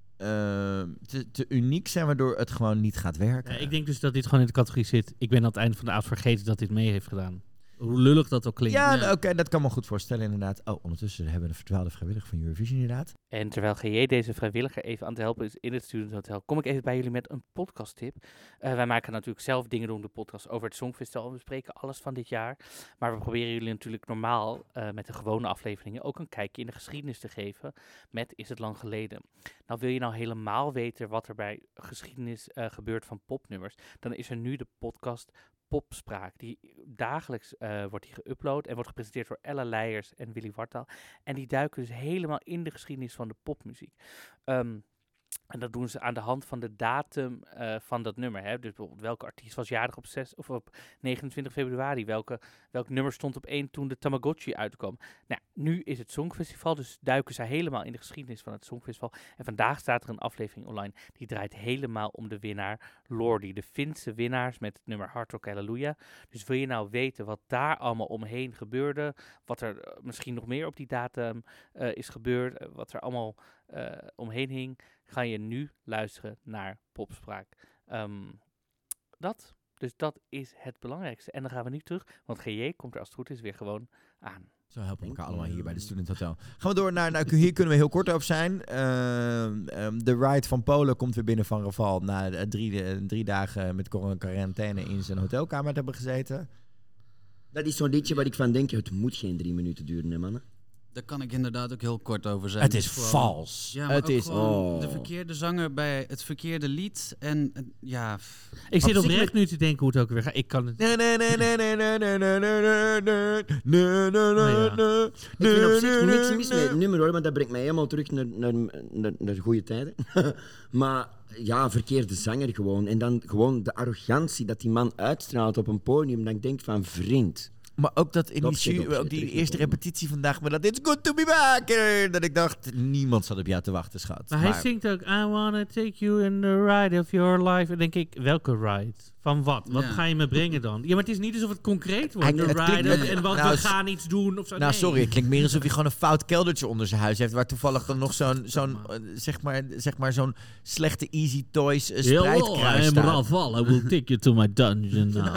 uniek zijn, waardoor het gewoon niet gaat werken. Ja, ik denk dus dat dit gewoon in de categorie zit. Ik ben aan het einde van de avond vergeten dat dit mee heeft gedaan. Hoe lullig dat ook klinkt. Ja, oké, dat kan me goed voorstellen inderdaad. Ondertussen hebben we een verdwaalde vrijwilliger van Eurovision inderdaad. En terwijl GJ deze vrijwilliger even aan het helpen is in het Student Hotel, kom ik even bij jullie met een podcasttip. Wij maken natuurlijk zelf dingen door de podcast over het Songfestival. We bespreken alles van dit jaar. Maar we proberen jullie natuurlijk normaal met de gewone afleveringen ook een kijkje in de geschiedenis te geven met Is het lang geleden. Nou, wil je nou helemaal weten wat er bij geschiedenis gebeurt van popnummers, dan is er nu de podcast Popspraak. Die dagelijks wordt die geüpload en wordt gepresenteerd door Ella Leijers en Willy Wartaal. En die duiken dus helemaal in de geschiedenis van de popmuziek. En dat doen ze aan de hand van de datum van dat nummer. Hè? Dus bijvoorbeeld welke artiest was jarig op 29 februari? Welk nummer stond op 1 toen de Tamagotchi uitkwam? Nou, nu is het Songfestival, dus duiken ze helemaal in de geschiedenis van het Songfestival. En vandaag staat er een aflevering online die draait helemaal om de winnaar Lordi. De Finse winnaars met het nummer Hard Rock Hallelujah. Dus wil je nou weten wat daar allemaal omheen gebeurde? Wat er misschien nog meer op die datum is gebeurd? Wat er allemaal omheen hing? Ga je nu luisteren naar Popspraak. Dus dat is het belangrijkste. En dan gaan we nu terug, want GJ komt er als het goed is weer gewoon aan. Zo helpen we elkaar allemaal hier bij de Student Hotel. Gaan we door naar hier kunnen we heel kort over zijn. De ride van Polen komt weer binnen van Rafal na 3 dagen met quarantaine in zijn hotelkamer te hebben gezeten. Dat is zo'n liedje waar ik van denk, het moet geen 3 minuten duren, hè mannen? Daar kan ik inderdaad ook heel kort over zijn. Het is vals. Ja, het is de verkeerde zanger bij het verkeerde lied. En ja. Ik zit oprecht nu te denken hoe het ook weer gaat. Ik kan het. Ik vind op zich niks mis met het nummer hoor, want dat brengt mij helemaal terug naar de goede tijden. Maar ja, verkeerde zanger gewoon. En dan gewoon de arrogantie dat die man uitstraalt op een podium. Dan denk ik van vriend. Maar ook dat in die eerste repetitie vandaag, maar dat it's good to be back. Dat ik dacht, niemand zat op jou te wachten, schat. Maar hij zingt ook, I wanna take you in the ride of your life. En denk ik, welke ride? Van wat? Wat ga je me brengen dan? Ja, maar het is niet alsof het concreet wordt. De ride en want we gaan iets doen of zo. Nou, sorry, het klinkt meer alsof hij gewoon een fout keldertje onder zijn huis heeft, waar toevallig dan nog zo'n zeg maar zo'n slechte Easy Toys strijdkruis staat. Rafal, I will take you to my dungeon now.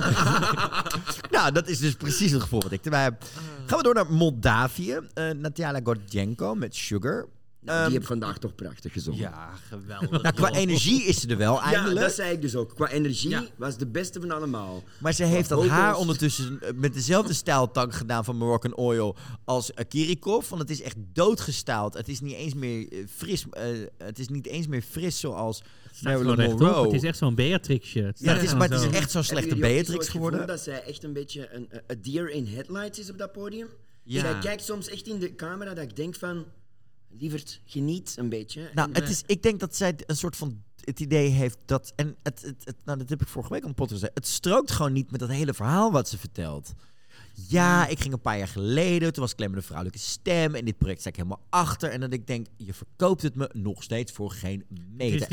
Nou, dat is dus precies het gevoel wat ik erbij heb. Gaan we door naar Moldavië. Natalia Gordienko met Sugar. Die heeft vandaag toch prachtig gezongen. Ja, geweldig. Nou, qua energie is ze er wel, eindelijk. Ja, dat zei ik dus ook. Qua energie was de beste van allemaal. Maar ze heeft dat haar ondertussen met dezelfde stijltang gedaan van Moroccan Oil als Kirikov. Want het is echt doodgestyled. Het is niet eens meer fris. Het is niet eens meer fris zoals Marilyn Monroe. Het is echt zo'n Beatrixje. Ja, het is echt zo'n slechte Beatrix geworden. Dat zij echt een beetje een deer in headlights is op dat podium. Ja. Zij kijkt soms echt in de camera dat ik denk van... Lieverd, geniet een beetje. Nou, ik denk dat zij een soort van het idee heeft dat... En nou, dat heb ik vorige week aan de podcast gezegd. Het strookt gewoon niet met dat hele verhaal wat ze vertelt. Ja, ik ging een paar jaar geleden. Toen was ik alleen maar de vrouwelijke stem. En dit project sta ik helemaal achter. En dat ik denk, je verkoopt het me nog steeds voor geen meter.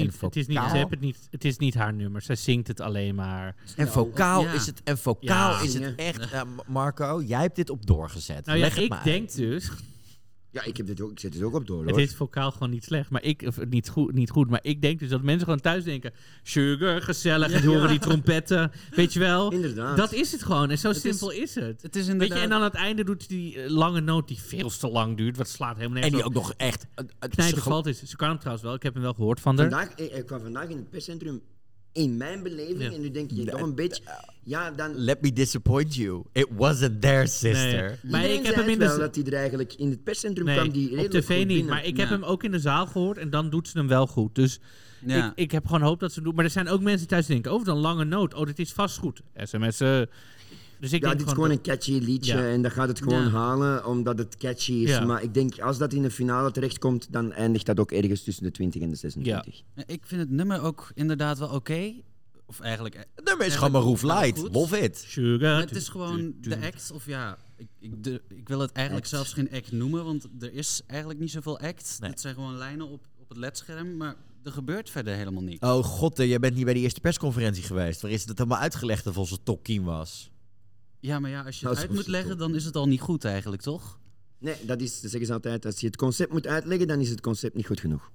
Het is niet haar nummer. Zij zingt het alleen maar. En vocaal is het... En vocaal is het echt... Marco, jij hebt dit op doorgezet. Nou ja, ik denk dus... Ja, ik zet het ook op door, hoor. Het is vocaal gewoon niet slecht, maar niet goed. Maar ik denk dus dat mensen gewoon thuis denken... Sugar, gezellig, en horen die trompetten. Weet je wel? Inderdaad. Dat is het gewoon. En zo simpel is het. Het is inderdaad... Weet je, en aan het einde doet die lange noot die veel te lang duurt. Wat slaat helemaal nergens En die ook nog echt... knijtervalt is. Ze kan hem trouwens wel. Ik heb hem wel gehoord van haar. Ik kwam vandaag in het perscentrum... In mijn beleving, en nu denk je toch een beetje... Ja, dan... Let me disappoint you. It wasn't their sister. Nee. Maar ik heb hem in dat hij er eigenlijk in het perscentrum kwam. Die op tv niet. Maar ik heb hem ook in de zaal gehoord en dan doet ze hem wel goed. Dus ik heb gewoon hoop dat ze doen. Maar er zijn ook mensen thuis die denken, over een lange noot. Oh, dit is vast goed. SMS'en... Dus ik denk dit is gewoon een catchy liedje en dat gaat het gewoon halen omdat het catchy is. Ja. Maar ik denk, als dat in de finale terechtkomt, dan eindigt dat ook ergens tussen de 20 en de 26. Ja. Ik vind het nummer ook inderdaad wel oké. Of eigenlijk... Het nummer is gewoon Marouf Light. Love it. Sugar. Het is gewoon de act, of ja... Ik wil het eigenlijk zelfs geen act noemen, want er is eigenlijk niet zoveel act. Nee. Het zijn gewoon lijnen op het ledscherm, maar... Er gebeurt verder helemaal niks. Oh god, jij bent niet bij die eerste persconferentie geweest. Waar is het helemaal uitgelegd of onze top 10 was? Ja, maar ja, als je het uit moet leggen, dan is het al niet goed eigenlijk, toch? Nee, dat zeggen ze altijd. Als je het concept moet uitleggen, dan is het concept niet goed genoeg.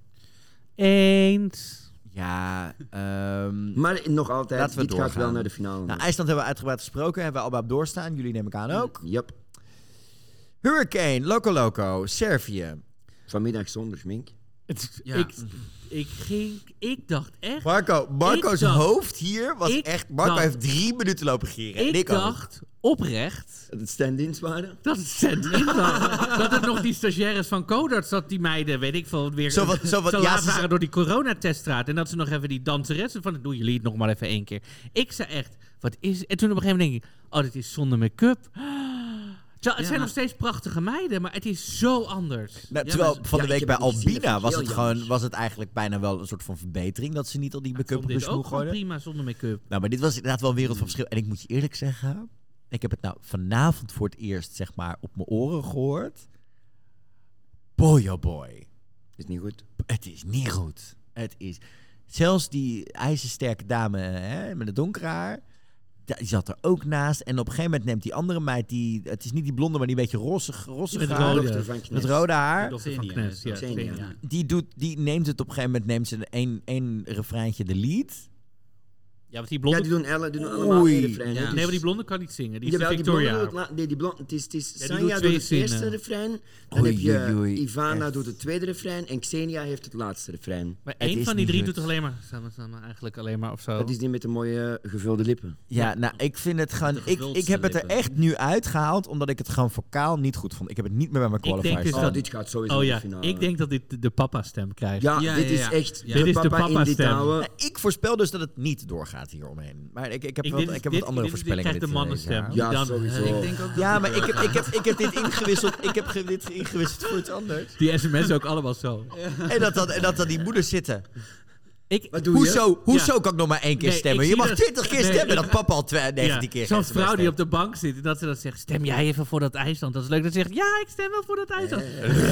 Eens. Ja, maar nog altijd, dit gaat wel naar de finale. Nou, IJsland hebben we uitgebreid gesproken, hebben we allebei op doorstaan. Jullie neem ik aan ook. Yep. Hurricane, Loco Loco, Servië. Vanmiddag zonder schmink. Ik dacht echt... Marco's hoofd hier was echt... Marco heeft 3 minuten lopen gieren. Ik dacht oprecht... Dat het stand-ins waren? Dat het stand-ins waren. Dat het nog die stagiaires van Codarts, dat die meiden, weet ik veel, weer zo laat waren door die coronateststraat. En dat ze nog even die danseressen van... Doen jullie het nog maar even 1 keer. Ik zei echt, wat is het? En toen op een gegeven moment denk ik... Oh, dit is zonder make-up. Het zijn nog steeds prachtige meiden, maar het is zo anders. Nou, terwijl van de week bij Albina was het eigenlijk bijna wel een soort van verbetering dat ze niet al die make-up op de smoel gooiden. Prima zonder make-up. Nou, maar dit was inderdaad wel een wereld van verschil. En ik moet je eerlijk zeggen, ik heb het nou vanavond voor het eerst zeg maar op mijn oren gehoord. Boy oh boy. Is niet goed. Het is niet goed. Het is zelfs die ijzersterke dame met het donkere haar. Die zat er ook naast. En op een gegeven moment neemt die andere meid... Het is niet die blonde, maar die beetje rossig haar. Met rode haar. Die neemt het op een gegeven moment... Neemt ze één refreintje de lead... Ja, want die blonde... die doen allemaal één refrein. Ja. Nee, maar die blonde kan niet zingen. Die is Victoria. Het is Sanja doet het eerste refrein. Dan heb je Ivana doet het tweede refrein. En Xenia heeft het laatste refrein. Maar één van die 3 doet toch alleen maar... Samen eigenlijk alleen maar of zo. Dat is die met de mooie gevulde lippen. Ja, nou, ik vind het gewoon... Ik heb het er echt nu uitgehaald, omdat ik het gewoon vocaal niet goed vond. Ik heb het niet meer bij mijn qualifiers. Dus dit gaat sowieso in de finale. Ik denk dat dit de papa-stem krijgt. Ja, dit is echt dit is de papa-stem. Ik voorspel dus dat het niet doorgaat hieromheen. Maar ik heb wat andere voorspellingen. Dit krijgt de mannenstem. Ja, sowieso. Ik denk ook ja, maar ik heb dit ingewisseld. Ik heb dit ingewisseld voor iets anders. Die sms ook allemaal zo. En dat dan die moeders zitten. Wat doe je? Hoezo kan ik nog maar 1 keer stemmen? Je mag 20 keer stemmen, dat papa al 19 keer Zo'n stemt. vrouw die op de bank zit en dat ze dan zegt, stem jij even voor dat IJsland? Dat is leuk. Dat ze zegt, ja, ik stem wel voor dat IJsland.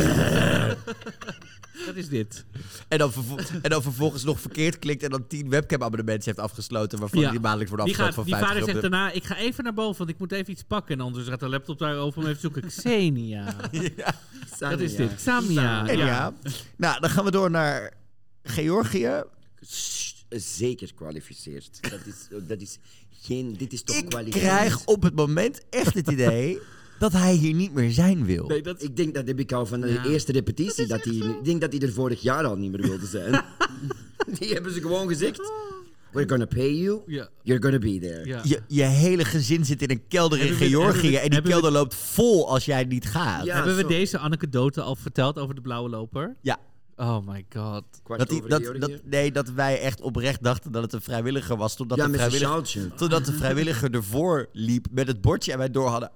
Dat is dit. En dan vervolgens nog verkeerd klikt en dan 10 webcam-abonnementen heeft afgesloten waarvan die maandelijks worden afgesloten van 50 Die vader euro. zegt daarna, ik ga even naar boven, want ik moet even iets pakken. En anders gaat de laptop daarover om even te zoeken. Xenia. Dat is dit. Xenia. Ja. Nou, dan gaan we door naar Georgië. Zeker kwalificeert. Dit is toch Ik kwaliteit? krijg op het moment echt het idee dat hij hier niet meer zijn wil. Nee, ik denk dat heb ik al van de eerste repetitie. Ik denk dat hij er vorig jaar al niet meer wilde zijn. Die hebben ze gewoon gezegd. We're gonna pay you. You're gonna be there. Ja. Je hele gezin zit in een kelder in Georgië en die kelder loopt vol als jij niet gaat. Ja, hebben we deze anekdote al verteld over de blauwe loper? Ja. Oh my god. Dat wij echt oprecht dachten dat het een vrijwilliger was. Totdat de vrijwilliger ervoor liep met het bordje en wij door hadden.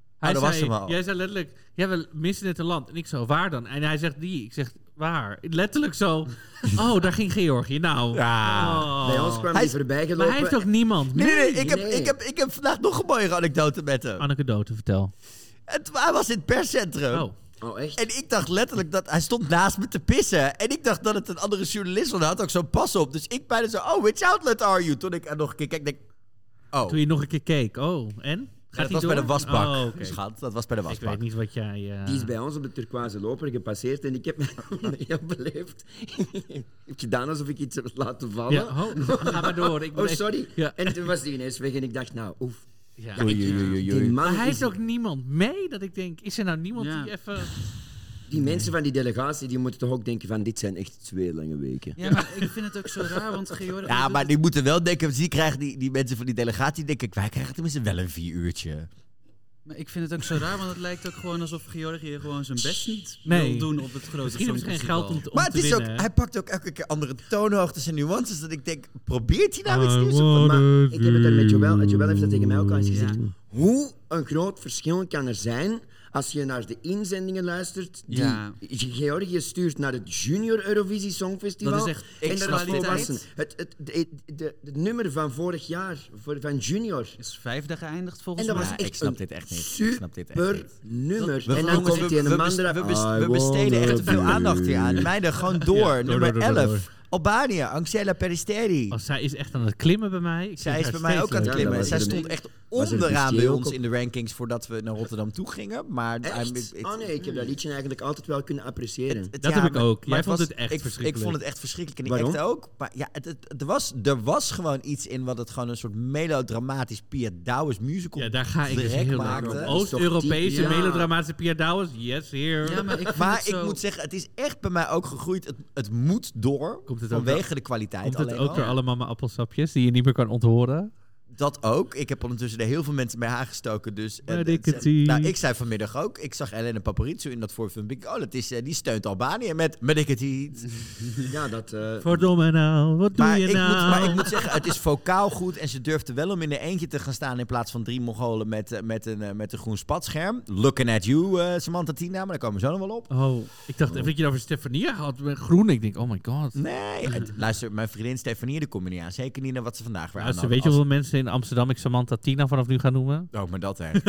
Jij zei letterlijk, we missen het een land. En ik zo, waar dan? En hij zegt die. Ik zeg, waar? Letterlijk zo. Oh, daar ging Georgië. Nou. Ja. Bij ons kwam hij voorbij gelopen. Maar hij heeft ook niemand. Nee. Ik heb vandaag nog een mooie anekdote met hem. Anekdote, vertel. Hij was in het perscentrum. Oh, echt? En ik dacht letterlijk dat hij stond naast me te pissen. En ik dacht dat het een andere journalist was. Hij had ook zo'n pas op. Dus ik bijna zo, which outlet are you? Toen ik nog een keer keek, denk Toen je nog een keer keek. Oh, en? Dat was bij de wasbak, schat. Dat was bij de wasbak. Ik weet niet wat jij... Die is bij ons op de turquoise loper gepasseerd en ik heb me heel beleefd. Ik heb gedaan alsof ik iets heb laten vallen. Ja, ga maar door. Sorry. Ja. En toen was die ineens weg en ik dacht, nou, oef. Ja. Maar hij heeft ook niemand mee dat ik denk, is er nou niemand die even... Die mensen van die delegatie die moeten toch ook denken van dit zijn echt 2 lange weken. Ja, maar ik vind het ook zo raar, want Georgië... Ja, maar die moeten wel denken, die mensen van die delegatie denken, wij krijgen tenminste wel een 4 uurtje. Maar ik vind het ook zo raar, want het lijkt ook gewoon alsof Georgië gewoon zijn best niet wil doen op het grote Misschien is er geen geld om maar het is ook, hij pakt ook elke keer andere toonhoogtes en nuances. Dat ik denk, probeert hij nou iets nieuws? Maar ik heb het er met Joël. Joël heeft dat tegen mij ook al eens gezegd. Hoe een groot verschil kan er zijn als je naar de inzendingen luistert die Georgië stuurt naar het Junior Eurovisie Songfestival. Dat is echt extra volwassen. Het nummer van vorig jaar, van Junior. Is 5e geëindigd volgens mij. mij. Ik snap dit echt niet. Super nummer. En dan komt hij een man eraf. We besteden echt te veel aandacht hier aan. Meiden, gewoon door. Nummer 11. Albanië, Angela Peristeri. Zij is echt aan het klimmen bij mij. Zij is bij mij ook aan het klimmen. Zij stond echt onderaan bij ons in de rankings voordat we naar Rotterdam toe gingen. Maar ik heb dat liedje eigenlijk altijd wel kunnen appreciëren. Dat heb ik ook. Jij vond het echt verschrikkelijk. Ik vond het echt verschrikkelijk en ik echt ook. Maar ja, er was gewoon iets in wat het gewoon een soort melodramatisch Pia Douwes musical. Ja, daar ga ik dus heel maakte. Oost-Europese melodramatische Pia Douwes. Yes, here. Ja, maar ik moet zeggen, het is echt bij mij ook gegroeid. Het moet door. Vanwege de kwaliteit. Komt het ook door allemaal mijn appelsapjes die je niet meer kan onthoren? Dat ook. Ik heb ondertussen er heel veel mensen mee aangestoken. Dus, ik zei vanmiddag ook. Ik zag Elena Paparizou in dat voorfilm. Die steunt Albanië met Medicatiet. Ja, dat... Verdomme nou, wat doe je nou? Maar ik moet zeggen, het is vocaal goed. En ze durfde wel om in de eentje te gaan staan in plaats van 3 Mongolen met een groen spatscherm. Looking at you, Samantha Tina. Maar daar komen we zo nog wel op. Oh, ik dacht even dat je over Stefania had met groen. Ik denk, oh my god. Nee, luister, mijn vriendin Stefania, daar kom je niet aan. Zeker niet naar wat ze vandaag weer aan hadden. Weet je hoeveel mensen in Amsterdam ik Samantha Tina vanaf nu ga noemen? Oh, maar dat hè.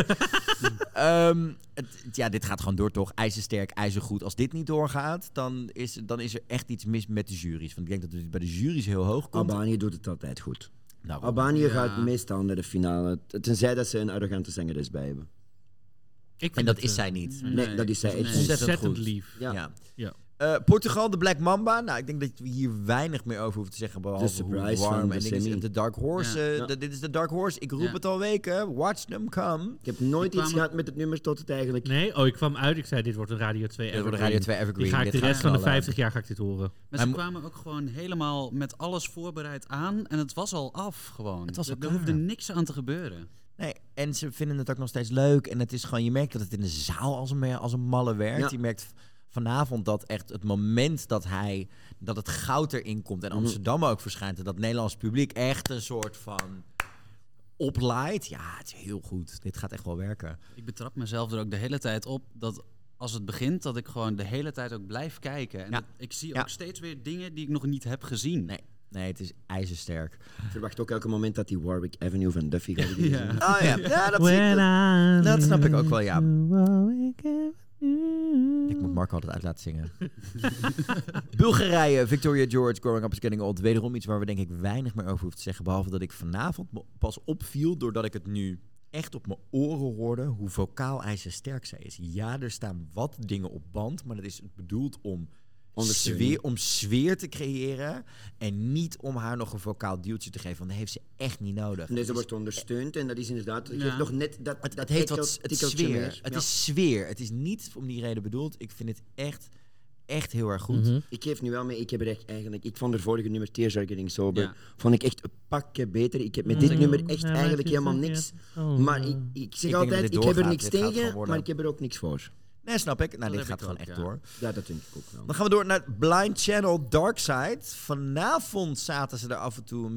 Dit gaat gewoon door toch. IJzersterk, ijzergoed. Als dit niet doorgaat, dan is er echt iets mis met de juries. Want ik denk dat het bij de juries heel hoog komt. Albanië doet het altijd goed. Albanië gaat meestal naar de finale. Tenzij dat ze een arrogante zangeres bij hebben. En dat is zij niet. Nee, dat is zij echt ontzettend goed. Lief. Ja. Portugal, de Black Mamba. Nou, ik denk dat we hier weinig meer over hoeven te zeggen. Behalve hoe warm en de Dark Horse. Dit is de Dark Horse. Ik roep het al weken. Watch them come. Ik heb nooit iets gehad met het nummer tot het eigenlijk... Nee, ik kwam uit. Ik zei, dit wordt een Radio 2 Evergreen. Dit wordt een Radio 2 Evergreen. Die ga ik de rest van de 50 jaar ga ik dit horen. Maar ze kwamen ook gewoon helemaal met alles voorbereid aan. En het was al af gewoon. Er hoefde niks aan te gebeuren. Nee, en ze vinden het ook nog steeds leuk. En het is gewoon, je merkt dat het in de zaal als een malle werkt. Ja. Je merkt vanavond dat echt het moment dat het goud erin komt en Amsterdam ook verschijnt en dat Nederlands publiek echt een soort van oplaait. Ja, het is heel goed. Dit gaat echt wel werken. Ik betrap mezelf er ook de hele tijd op dat als het begint, dat ik gewoon de hele tijd ook blijf kijken. En ik zie ook steeds weer dingen die ik nog niet heb gezien. Nee. Nee, het is ijzersterk. Ik verwacht ook elke moment dat die Warwick Avenue van Duffy gaat doen. Ja. Oh ja, dat snap ik ook wel, ja. Ik moet Marco altijd uit laten zingen. Bulgarije, Victoria George, Growing Up is Getting Old. Wederom iets waar we denk ik weinig meer over hoeven te zeggen. Behalve dat ik vanavond pas opviel, doordat ik het nu echt op mijn oren hoorde, hoe vocaal ijzersterk zij is. Ja, er staan wat dingen op band, maar dat is bedoeld om sfeer te creëren en niet om haar nog een vocaal duwtje te geven, want dat heeft ze echt niet nodig. Nee, ze wordt ondersteund en dat is inderdaad... Het geeft nog net dat het heeft wat tikkeltje sfeer. meer. Het is sfeer. Het is niet om die reden bedoeld. Ik vind het echt heel erg goed. Ik geef nu wel mee, ik vond de vorige nummer Tears Are Getting Sober, vond ik echt een pakje beter. Ik heb met dit nummer echt eigenlijk helemaal niks. Maar ik zeg altijd, ik heb er niks tegen, maar ik heb er ook niks voor. Nee, snap ik. Nou, dit gaat gewoon echt door. Ja, dat denk ik ook wel. Dan gaan we door naar Blind Channel Dark Side. Vanavond zaten ze er af en toe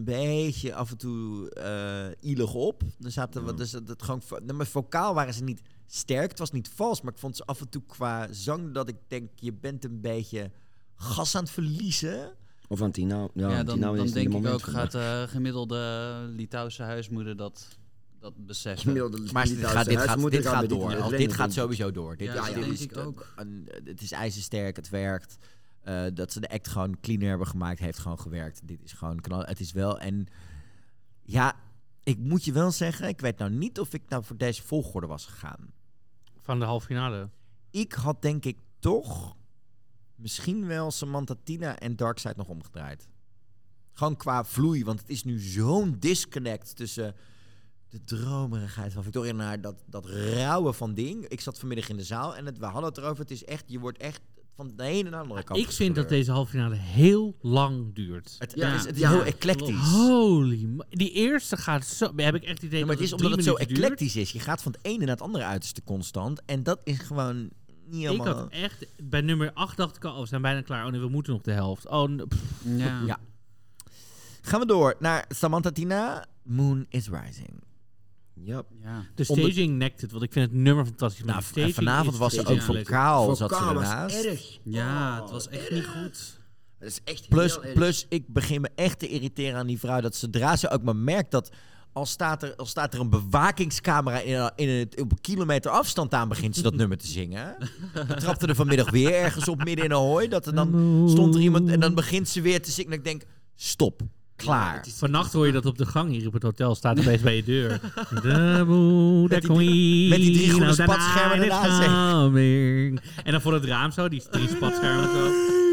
ielig op. Er zaten met vocaal waren ze niet sterk. Het was niet vals, maar ik vond ze af en toe qua zang dat ik denk, je bent een beetje gas aan het verliezen. Of aan Tina. Dan denk ik ook, gaat de gemiddelde Litouwse huismoeder dat beseffen. Maar dit gaat door. Dit gaat sowieso door. Dit denk ik ook. Het is ijzersterk, het werkt. Dat ze de act gewoon cleaner hebben gemaakt, heeft gewoon gewerkt. Dit is gewoon knal. Het is wel... En ja, ik moet je wel zeggen, ik weet nou niet of ik nou voor deze volgorde was gegaan. Van de halve finale? Ik had denk ik toch misschien wel Samantha Tina en Darkside nog omgedraaid. Gewoon qua vloei, want het is nu zo'n disconnect tussen de dromerigheid van Victoria naar dat rauwe van Ding. Ik zat vanmiddag in de zaal en we hadden het erover. Het is echt, je wordt echt van de ene naar de andere kant. Ik vind dat deze halve finale heel lang duurt. Het is heel eclectisch. Holy, die eerste gaat zo... Heb ik echt het idee maar dat het is omdat het zo eclectisch is. Je gaat van het ene naar het andere uiterste constant. En dat is gewoon niet helemaal... Ik had echt... Bij nummer 8 dacht ik al, we zijn bijna klaar. Oh nee, we moeten nog de helft. Ja. Gaan we door naar Samantha Tina, Moon is Rising. Yep. Ja. De staging nekt het, want ik vind het nummer fantastisch. Maar vanavond was ze ook vocaal zat ze ernaast. Was erg. Ja, het was echt niet goed. Dat is echt plus, ik begin me echt te irriteren aan die vrouw, dat zodra ze ook maar merkt dat al staat er een bewakingscamera op een kilometer afstand aan, begint ze dat nummer te zingen. Dan trapte er vanmiddag weer ergens op midden in een hooi. Dan stond er iemand en dan begint ze weer te zingen. En ik denk, stop. Klaar. Ja, vannacht hoor je dat op de gang hier op het hotel. Staat opeens bij je deur. Met die 3 groene spatschermen ernaast. En dan voor het raam zo, die 3 spatschermen zo.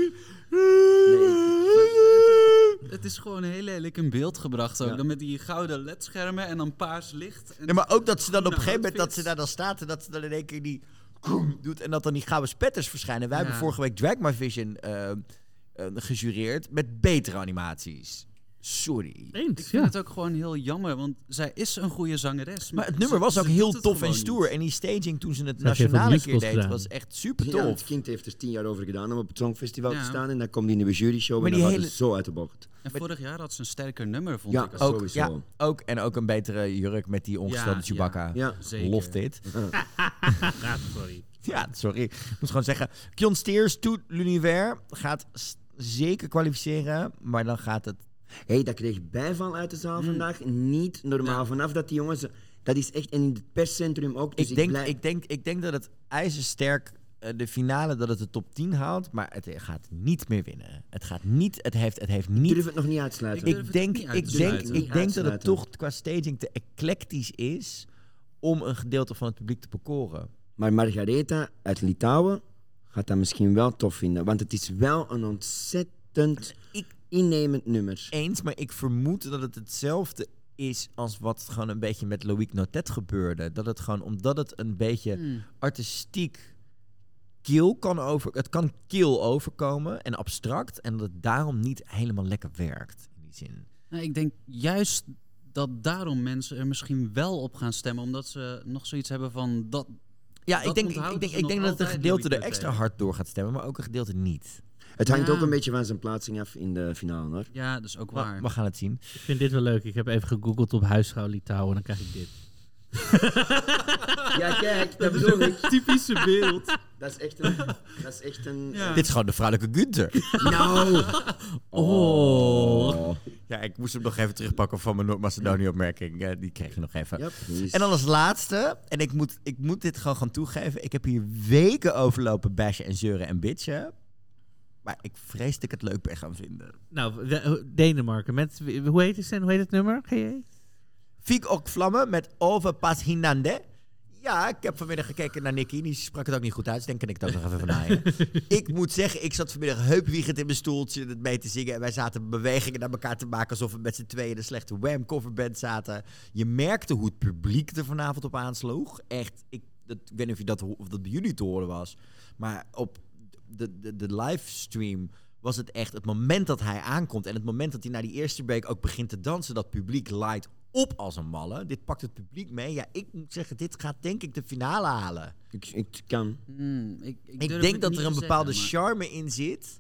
Het is gewoon heel lelijk in beeld gebracht ook. Ja. Dan met die gouden ledschermen en dan paars licht. En maar ook dat ze dan op een gegeven moment dat ze daar dan staat en dat ze dan in één keer die doet en dat dan die gouden spetters verschijnen. Wij hebben vorige week Drag My Vision gejureerd met betere animaties. Sorry. Ik vind het ook gewoon heel jammer, want zij is een goede zangeres. Maar het nummer was ook heel tof en stoer. En die staging toen ze het nationale keer deed, was echt super tof. Ja, het kind heeft er 10 jaar over gedaan om op het Songfestival te staan. En dan komt die nieuwe juryshow en dan gaat het zo uit de bocht. En vorig jaar had ze een sterker nummer, vond ik. Sowieso. En ook een betere jurk met die ongestelde Chewbacca. Ja, zeker. Lof dit. Sorry. Ja, sorry. Ik moet gewoon zeggen, Kion Steers, Tout l'Univers gaat zeker kwalificeren, maar dan gaat het... Dat kreeg bijval uit de zaal vandaag. Niet normaal. Vanaf dat die jongens... Dat is echt... En in het perscentrum ook. Dus ik denk dat het ijzersterk... de finale, dat het de top 10 haalt. Maar het gaat niet meer winnen. Het gaat niet... Het heeft niet... Ik durf het nog niet uitsluiten. Ik denk dat het toch qua staging te eclectisch is... om een gedeelte van het publiek te bekoren. Maar Margaretha uit Litouwen gaat dat misschien wel tof vinden. Want het is wel een ontzettend... innemend nummer. Eens, maar ik vermoed dat het hetzelfde is als wat gewoon een beetje met Loïc Notet gebeurde. Dat het gewoon, omdat het een beetje artistiek het kan kil overkomen en abstract. En dat het daarom niet helemaal lekker werkt, in die zin. Nou, ik denk juist dat daarom mensen er misschien wel op gaan stemmen, omdat ze nog zoiets hebben van dat... Ja, ik denk dat een gedeelte er extra hard door gaat stemmen, maar ook een gedeelte niet. Het hangt ook een beetje van zijn plaatsing af in de finale, hoor. Ja, dat is ook waar. We gaan het zien. Ik vind dit wel leuk. Ik heb even gegoogeld op huisvrouw Litouwen en dan krijg ik dit. Ja, kijk, dat bedoel ik. Typische beeld. Dat is echt een... Ja. Dit is gewoon de vrouwelijke Günther. Nou. Oh. Ja, ik moest hem nog even terugpakken van mijn Noord-Macedonië-opmerking. Die kreeg je nog even. Ja, En dan als laatste, en ik moet dit gewoon gaan toegeven. Ik heb hier weken overlopen bashen en zeuren en bitchen. Maar ik vrees dat ik het leuk ben gaan vinden. Nou, Denemarken. Hoe heet het nummer? Fiek ook vlammen met Over Pas Hinande. Ja, ik heb vanmiddag gekeken naar Nicky. Die sprak het ook niet goed uit. Dus denk ik het ook nog even van naaien. Ik moet zeggen, ik zat vanmiddag heupwiegend in mijn stoeltje het mee te zingen. En wij zaten bewegingen naar elkaar te maken alsof we met z'n tweeën de slechte Wham coverband zaten. Je merkte hoe het publiek er vanavond op aansloeg. Echt, ik weet niet of dat bij jullie te horen was. Maar op de livestream was het echt het moment dat hij aankomt. En het moment dat hij na die eerste break ook begint te dansen. Dat publiek light op als een malle. Dit pakt het publiek mee. Ja, ik moet zeggen, dit gaat denk ik de finale halen. Ik kan. Ik denk dat er een bepaalde charme in zit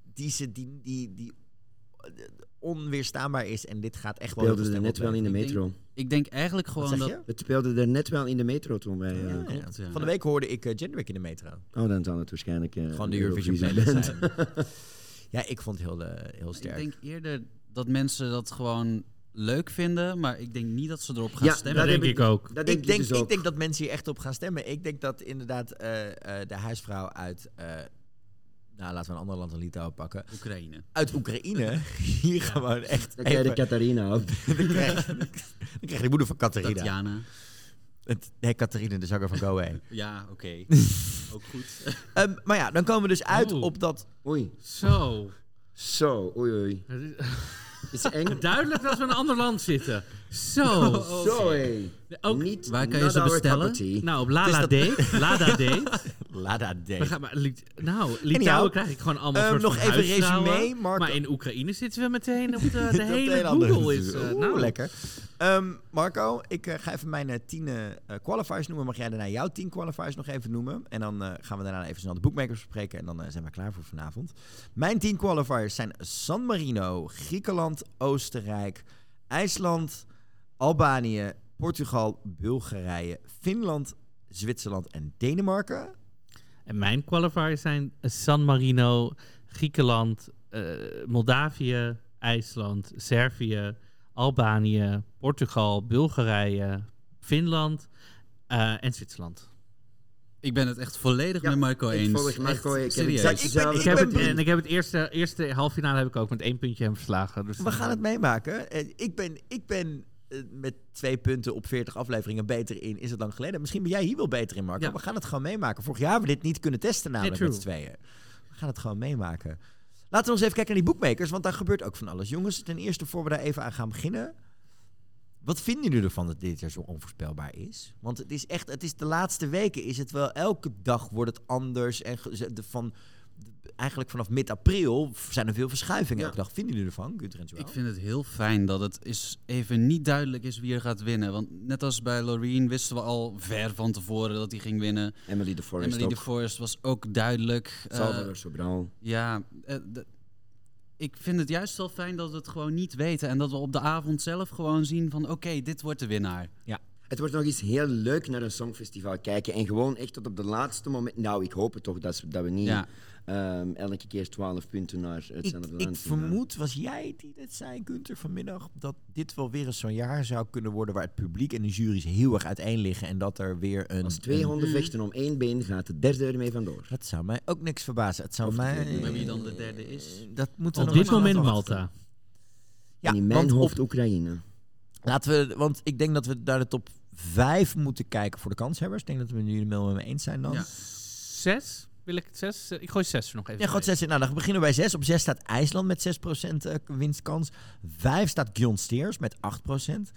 die onweerstaanbaar is. En dit gaat echt wel... Het speelde er net wel in de metro. Ik denk eigenlijk gewoon dat... Het speelde er net wel in de metro toen wij... Van de week hoorde ik Generic in de metro. Oh, dan zal het waarschijnlijk... Gewoon de Eurovision playlist zijn. Ja, ik vond het heel sterk. Ik denk eerder dat mensen dat gewoon leuk vinden, maar ik denk niet dat ze erop gaan stemmen. Dat denk ik ook. Ik denk dat mensen hier echt op gaan stemmen. Ik denk dat inderdaad de huisvrouw uit... laten we een ander land, een Litouwen pakken. Oekraïne. Uit Oekraïne. Hier gewoon echt... Dan krijg je de Katarina op. Dan krijg je de moeder van Katarina. Tatjana. Nee, Katarina, de zanger van Go Away. Ja, oké. Ook goed. Maar ja, dan komen we dus uit op dat... Oei. Zo, oei. Is het eng? Duidelijk dat we in een ander land zitten. Zo, hé. Ook niet. Waar kan je ze bestellen? Nou, op Lada Date. Lada Date. Litouwen krijg ik gewoon allemaal soort nog van even resume, Marco. Maar in Oekraïne zitten we meteen op de hele Google is... lekker. Marco, ik ga even mijn 10 qualifiers noemen. Mag jij daarna jouw 10 qualifiers nog even noemen? En dan gaan we daarna even snel de bookmakers bespreken. En dan zijn we klaar voor vanavond. Mijn 10 qualifiers zijn San Marino, Griekenland, Oostenrijk, IJsland, Albanië, Portugal, Bulgarije, Finland, Zwitserland en Denemarken. En mijn qualifiers zijn San Marino, Griekenland, Moldavië, IJsland, Servië, Albanië, Portugal, Bulgarije, Finland en Zwitserland. Ik ben het echt volledig met Marco eens. Ik volg Marco. Ik heb het eerste halffinale heb ik ook met 1 puntje hem verslagen. Dus we gaan het meemaken. Ik ben met 2 punten op 40 afleveringen beter in. Is het lang geleden? Misschien ben jij hier wel beter in, Marco. Ja. We gaan het gewoon meemaken. Vorig jaar hebben we dit niet kunnen testen namelijk met z'n tweeën. We gaan het gewoon meemaken. Laten we eens even kijken naar die bookmakers, want daar gebeurt ook van alles. Jongens, ten eerste, voor we daar even aan gaan beginnen. Wat vinden jullie ervan dat dit er zo onvoorspelbaar is? Want het is de laatste weken is het wel, elke dag wordt het anders. En eigenlijk vanaf mid-april zijn er veel verschuivingen. Elke dag. Vinden jullie ervan, Günther en Joël? Ik vind het heel fijn dat het even niet duidelijk is wie er gaat winnen. Want net als bij Loreen wisten we al ver van tevoren dat hij ging winnen. Emily de Forest was ook duidelijk. Salvador Sobral. Ja, ik vind het juist wel fijn dat we het gewoon niet weten. En dat we op de avond zelf gewoon zien van oké, dit wordt de winnaar. Ja. Het wordt nog eens heel leuk naar een songfestival kijken. En gewoon echt tot op de laatste moment... Nou, ik hoop het toch dat we niet elke keer 12 punten naar hetzelfde land. Ik vermoed, was jij die dit zei, Günther, vanmiddag... dat dit wel weer eens zo'n jaar zou kunnen worden... waar het publiek en de jury's heel erg uiteen liggen... en dat er weer een... Als 2 honden vechten om 1 been, gaat de derde ermee vandoor. Dat zou mij ook niks verbazen. Het zou mij... Maar wie dan de derde is? Dat moeten we op dit moment Malta. Ja, en in mijn hoofd Oekraïne. Laten we... Want ik denk dat we naar de top 5 moeten kijken voor de kanshebbers. Ik denk dat we jullie wel met me eens zijn dan. Ja. 6? Wil ik het 6? Ik gooi 6 nog even. Ja, gooi 6 in. Nou, dan beginnen we bij 6. Op 6 staat IJsland met 6% winstkans. 5 staat Gjon Steers met 8%.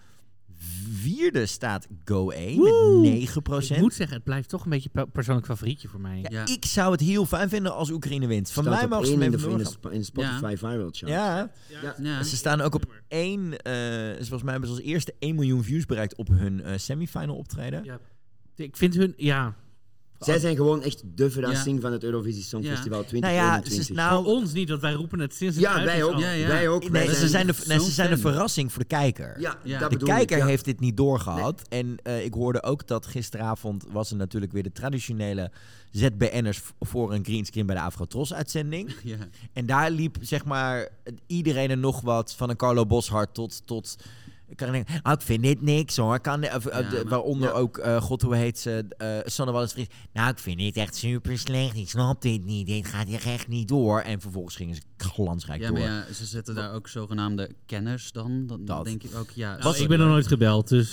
4e staat Go 1 met 9%. Ik moet zeggen, het blijft toch een beetje persoonlijk favorietje voor mij. Ja. Ik zou het heel fijn vinden als Oekraïne wint. Van mij mogen ze in de Spotify Viral Chart. Ja. Ze staan ook op 1... volgens mij hebben ze als eerste 1 miljoen views bereikt op hun semifinal optreden. Ja. Ik vind hun... Ja... Zij zijn gewoon echt de verrassing van het Eurovisie Songfestival 2021. Voor ons niet, want wij roepen het sinds het Ja, wij ook. Wij ook. Nee, ze zijn de verrassing voor de kijker. De kijker heeft dit niet doorgehad. Nee. En ik hoorde ook dat gisteravond was er natuurlijk weer de traditionele ZBN'ers voor een greenscreen bij de Afro-Tros-uitzending. Ja. En daar liep zeg maar iedereen er nog wat, van een Carlo Boszhard tot ik kan denken, ik vind dit niks hoor. Waaronder ook, hoe heet ze, Sanne Wallis-Vries. Nou, ik vind dit echt super slecht. Ik snap dit niet. Dit gaat hier echt niet door. En vervolgens gingen ze glansrijk door. Maar ze zetten daar ook zogenaamde kenners dan. Dan denk ik ook, ik ben nog nooit gebeld, dus...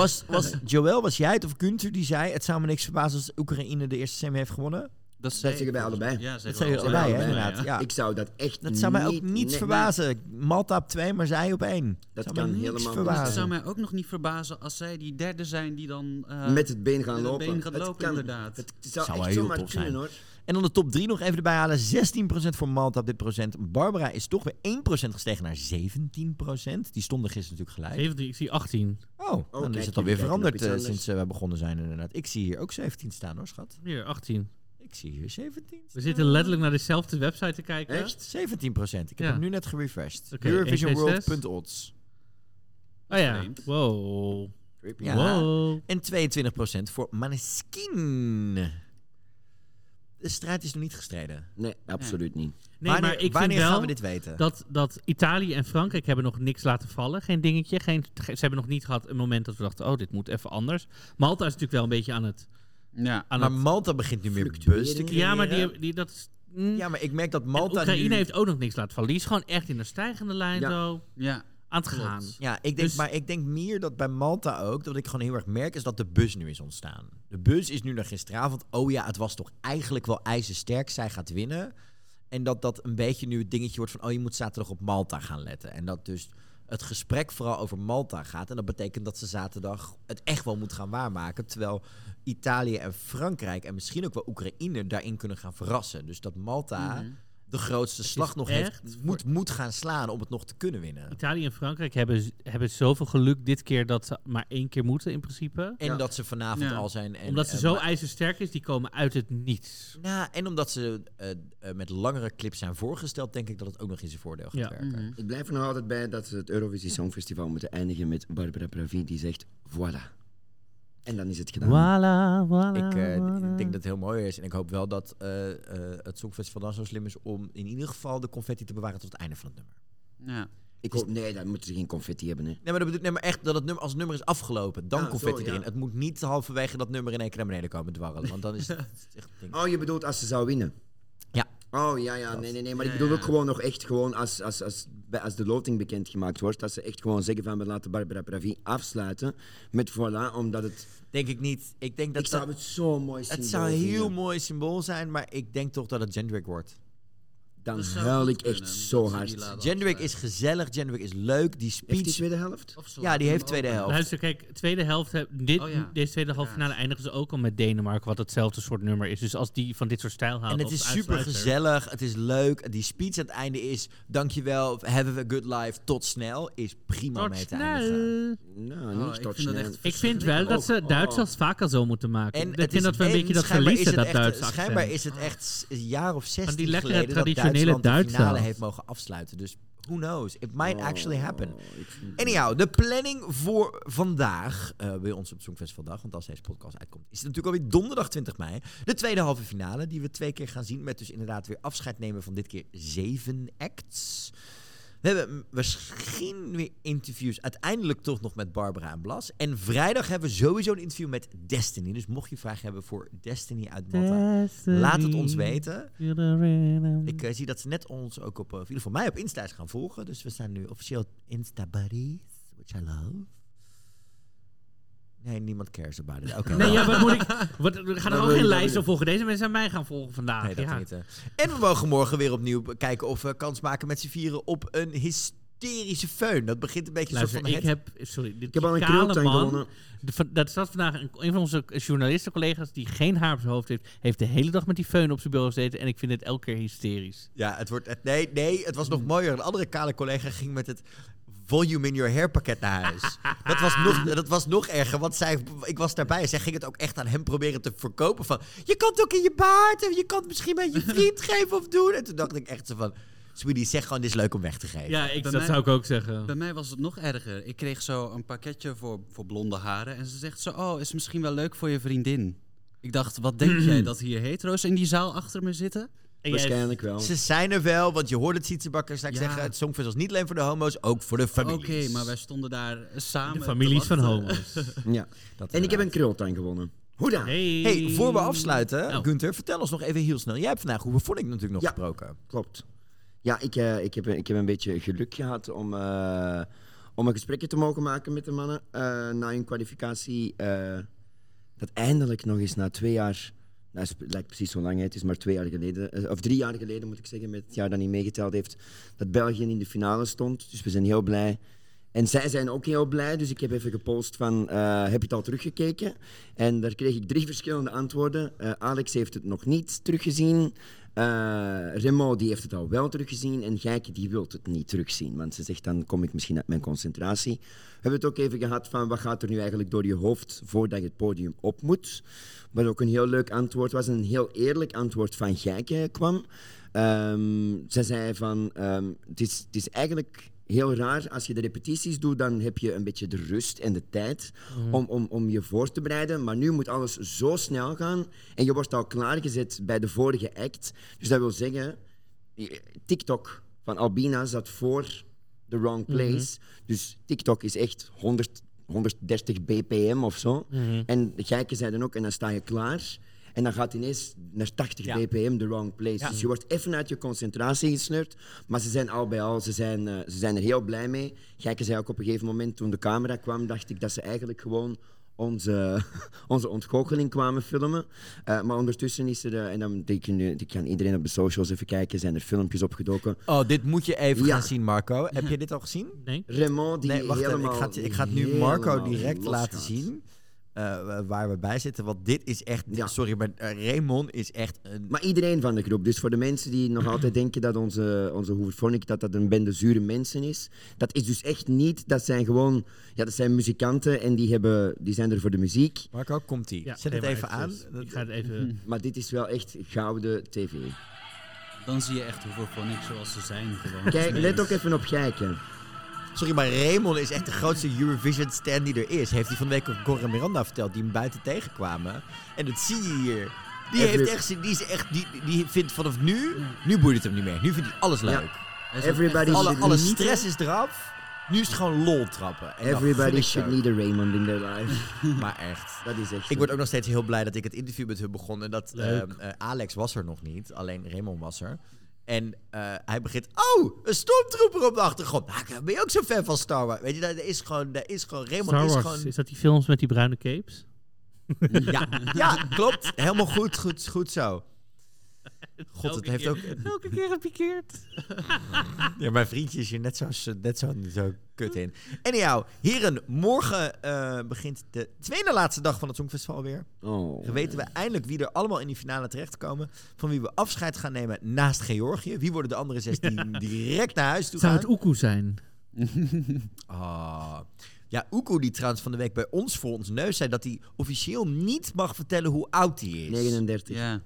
Was jij het of Gunther die zei, het zou me niks verbazen als Oekraïne de eerste semi heeft gewonnen? Dat zeggen wij allebei. Ja, dat zeggen we allebei, inderdaad. Ja. Ik zou dat echt Dat zou mij ook niet verbazen. Malta op 2, maar zij op 1. Dat kan helemaal niet. Het zou mij ook nog niet verbazen als zij die derde zijn die dan... met het been gaan lopen. Inderdaad. Het zou echt zomaar kunnen, zijn. Hoor. En dan de top 3 nog even erbij halen. 16% voor Malta op dit procent. Barbara is toch weer 1% gestegen naar 17%. Die stonden gisteren natuurlijk gelijk. 17, ik zie 18. Dan is het alweer veranderd sinds we begonnen zijn inderdaad. Ik zie hier ook 17 staan hoor, schat. Hier, 18. Ik zie hier 17. We zitten letterlijk naar dezelfde website te kijken. Echt? 17%. Ik heb hem nu net gerefreshed. Okay, Eurovisionworld.odds. Oh ja. Wow. Ja. Wow. En 22% voor Maneskin. De strijd is nog niet gestreden. Nee, absoluut niet. Nee, maar ik vind wel gaan we dit weten? Dat Italië en Frankrijk hebben nog niks laten vallen. Geen dingetje. Ze hebben nog niet gehad een moment dat we dachten, dit moet even anders. Malta is natuurlijk wel een beetje aan het... Ja, maar Malta begint nu meer buzz te creëren. Ja, maar dat is... Ja, maar ik merk dat Malta en Oekraïne heeft ook nog niks laten vallen. Die is gewoon echt in de stijgende lijn zo aan het gaan. Ja, ik denk meer dat bij Malta ook, dat ik gewoon heel erg merk, is dat de buzz nu is ontstaan. De buzz is nu naar gisteravond, het was toch eigenlijk wel ijzersterk, zij gaat winnen. En dat een beetje nu het dingetje wordt van, je moet zaterdag op Malta gaan letten. En dat dus het gesprek vooral over Malta gaat. En dat betekent dat ze zaterdag het echt wel moet gaan waarmaken. Terwijl Italië en Frankrijk en misschien ook wel Oekraïne daarin kunnen gaan verrassen. Dus dat Malta de grootste slag nog moet gaan slaan om het nog te kunnen winnen. Italië en Frankrijk hebben zoveel geluk dit keer dat ze maar 1 keer moeten in principe. En dat ze vanavond al zijn. Omdat ze zo ijzersterk is, die komen uit het niets. Nou, en omdat ze met langere clips zijn voorgesteld, denk ik dat het ook nog in zijn voordeel gaat werken. Ik blijf er nog altijd bij dat ze het Eurovisie Songfestival moeten eindigen met Barbara Pravi die zegt voilà. En dan is het gedaan. Ik denk dat het heel mooi is. En ik hoop wel dat het Songfestival dan zo slim is om in ieder geval de confetti te bewaren tot het einde van het nummer. Ja. Ik hoop, nee, dan moeten ze geen confetti hebben. Hè. Nee, maar echt dat het nummer, als het nummer is afgelopen, dan confetti erin. Het moet niet halverwege dat nummer in één keer naar beneden komen dwarrelen. Want dan is het echt een ding. Oh, je bedoelt als ze zou winnen? Ja. Oh, ja. Nee. Maar ik bedoel ook gewoon nog echt gewoon als de loting bekendgemaakt wordt, dat ze echt gewoon zeggen van we laten Barbara Pravi afsluiten met voilà, omdat het... Denk ik niet. Ik denk dat zou het zo'n mooi symbool Het zou een heel mooi symbool zijn, maar ik denk toch dat het Jendrik wordt. Dan huil ik echt zo hard. Jendrik is gezellig, Jendrik is leuk. Die speech... Heeft die tweede helft? Ja, die heeft tweede helft. Luister, kijk, tweede helft... Deze tweede halve finale eindigen ze ook al met Denemarken, wat hetzelfde soort nummer is. Dus als die van dit soort stijl halen... En het is super gezellig, het is leuk. Die speech aan het einde is, dankjewel, have a good life, tot snel. Is prima mee te eindigen. Nou, niet tot snel. Ik vind wel dat ze Duitsers vaker zo moeten maken. En ik vind dat we een beetje dat verliezen, dat Duitse accent. Schijnbaar is het echt een jaar of 16 die lekkere geleden traditionele dat Duitsland de finale heeft mogen afsluiten. Dus who knows? It might actually happen. Anyhow, de planning voor vandaag bij ons op Songfestivaldag, want als deze podcast uitkomt, is het natuurlijk alweer donderdag 20 mei. De tweede halve finale, die we 2 keer gaan zien, met dus inderdaad weer afscheid nemen van dit keer 7 acts. We hebben misschien weer interviews, uiteindelijk toch nog met Barbara en Blas. En vrijdag hebben we sowieso een interview met Destiny. Dus mocht je vragen hebben voor Destiny uit Malta, laat het ons weten. Ik zie dat ze net ons ook in ieder geval mij op Insta gaan volgen. Dus we staan nu officieel Insta-buddies, which I love. Nee, niemand cares about it. Okay. Nee, wat moet ik... We gaan er ook geen lijst op volgen. Deze mensen zijn mij gaan volgen vandaag. Nee, dat niet. En we mogen morgen weer opnieuw kijken of we kans maken met z'n vieren op een hysterische föhn. Dat begint een beetje Luister, soort van ik heb al een kale man. Dat staat vandaag een van onze journalistencollega's die geen haar op zijn hoofd heeft de hele dag met die föhn op zijn bureau gezeten. En ik vind het elke keer hysterisch. Ja, het was nog mooier. Een andere kale collega ging met het volume in your hair pakket naar huis. Dat was nog erger, want ik was daarbij en zij ging het ook echt aan hem proberen te verkopen van, je kan het ook in je baard en je kan het misschien met je vriend geven of doen. En toen dacht ik echt zo van, sweetie, zeg gewoon, dit is leuk om weg te geven. Ja, dat zou ik ook zeggen. Bij mij was het nog erger. Ik kreeg zo een pakketje voor blonde haren en ze zegt zo, is misschien wel leuk voor je vriendin. Ik dacht, wat denk jij dat hier hetero's in die zaal achter me zitten? Waarschijnlijk wel. Ze zijn er wel, want je hoorde het Sietsebakker straks zeggen, het Songfest was niet alleen voor de homo's, ook voor de families. Oké, maar wij stonden daar samen. De families van homo's. Ja. En ik heb een krultang gewonnen. Hoe dan? Hey, voor we afsluiten, Gunther, vertel ons nog even heel snel. Jij hebt vandaag Hoe Vond Ik natuurlijk nog gesproken. Klopt. Ja, ik heb een beetje geluk gehad om een gesprekje te mogen maken met de mannen na hun kwalificatie. Dat eindelijk nog eens na 2 jaar... Nou, het lijkt precies zo lang, het is maar 2 jaar geleden, of 3 jaar geleden moet ik zeggen, met het jaar dat niet meegeteld heeft, dat België in de finale stond. Dus we zijn heel blij. En zij zijn ook heel blij, dus ik heb even gepost van, heb je het al teruggekeken? En daar kreeg ik 3 verschillende antwoorden. Alex heeft het nog niet teruggezien. Remo die heeft het al wel teruggezien en Gijke die wil het niet terugzien, want ze zegt dan kom ik misschien uit mijn concentratie. We hebben het ook even gehad van wat gaat er nu eigenlijk door je hoofd voordat je het podium op moet. Wat ook een heel leuk antwoord was, een heel eerlijk antwoord van Gijke kwam. Zij zei van het is eigenlijk heel raar, als je de repetities doet, dan heb je een beetje de rust en de tijd om je voor te bereiden. Maar nu moet alles zo snel gaan en je wordt al klaargezet bij de vorige act. Dus dat wil zeggen, TikTok van Albina zat voor The Wrong Place. Dus TikTok is echt 130 bpm of zo. En de Gijken zeiden ook, en dan sta je klaar. En dan gaat ineens naar 80 bpm The Wrong Place. Ja. Dus je wordt even uit je concentratie gesleurd. Maar ze zijn al bij al, ze zijn er heel blij mee. Gijke zei ook op een gegeven moment, toen de camera kwam, dacht ik dat ze eigenlijk gewoon onze ontgoocheling kwamen filmen. Maar ondertussen is er, en dan kan iedereen op de socials even kijken, zijn er filmpjes opgedoken. Oh, dit moet je even gaan zien, Marco. Heb je dit al gezien? Nee. Raymond, die wacht helemaal... Ik ga het nu Marco direct laten zien. Waar we bij zitten, want dit is echt... Ja. Sorry, maar Raymond is echt een... Maar iedereen van de groep. Dus voor de mensen die nog altijd denken dat onze Hooverphonic dat een bende zure mensen is. Dat is dus echt niet. Dat zijn gewoon... Ja, dat zijn muzikanten en die zijn er voor de muziek. Marco, komt-ie. Ja, Zet het even aan. Ik ga het even... Maar dit is wel echt gouden tv. Dan zie je echt Hooverphonic zoals ze zijn. Gewoon. Kijk, let ook even op Gijken. Sorry, maar Raymond is echt de grootste Eurovision-stan die er is. Heeft hij van de week ook Cor en Miranda verteld, die hem buiten tegenkwamen. En dat zie je hier. Die vindt vanaf nu boeit het hem niet meer. Nu vindt hij alles leuk. Ja. Alle stress is eraf. Nu is het gewoon lol trappen. En everybody should need a Raymond in their life. Maar echt. Dat is echt. Ik word ook nog steeds heel blij dat ik het interview met hun begon. En dat Alex was er nog niet. Alleen Raymond was er. En hij begint, een stormtrooper op de achtergrond. Nou, ben je ook zo'n fan van Star Wars? Weet je, dat is gewoon Raymond Star Wars, is gewoon... is dat die films met die bruine capes? Ja, klopt. Helemaal goed zo. God, het heeft ook... Elke keer gepikeerd. Ja, mijn vriendje is hier net zo kut in. Anyhow, heren, morgen begint de tweede laatste dag van het Songfestival weer. Oh. Dan weten we eindelijk wie er allemaal in die finale terechtkomen. Van wie we afscheid gaan nemen naast Georgië. Wie worden de andere 6 die direct naar huis toe gaan? Zou het Oekoe zijn? Ja, Oekoe die trouwens van de week bij ons voor ons neus zei dat hij officieel niet mag vertellen hoe oud hij is. 39. Ja.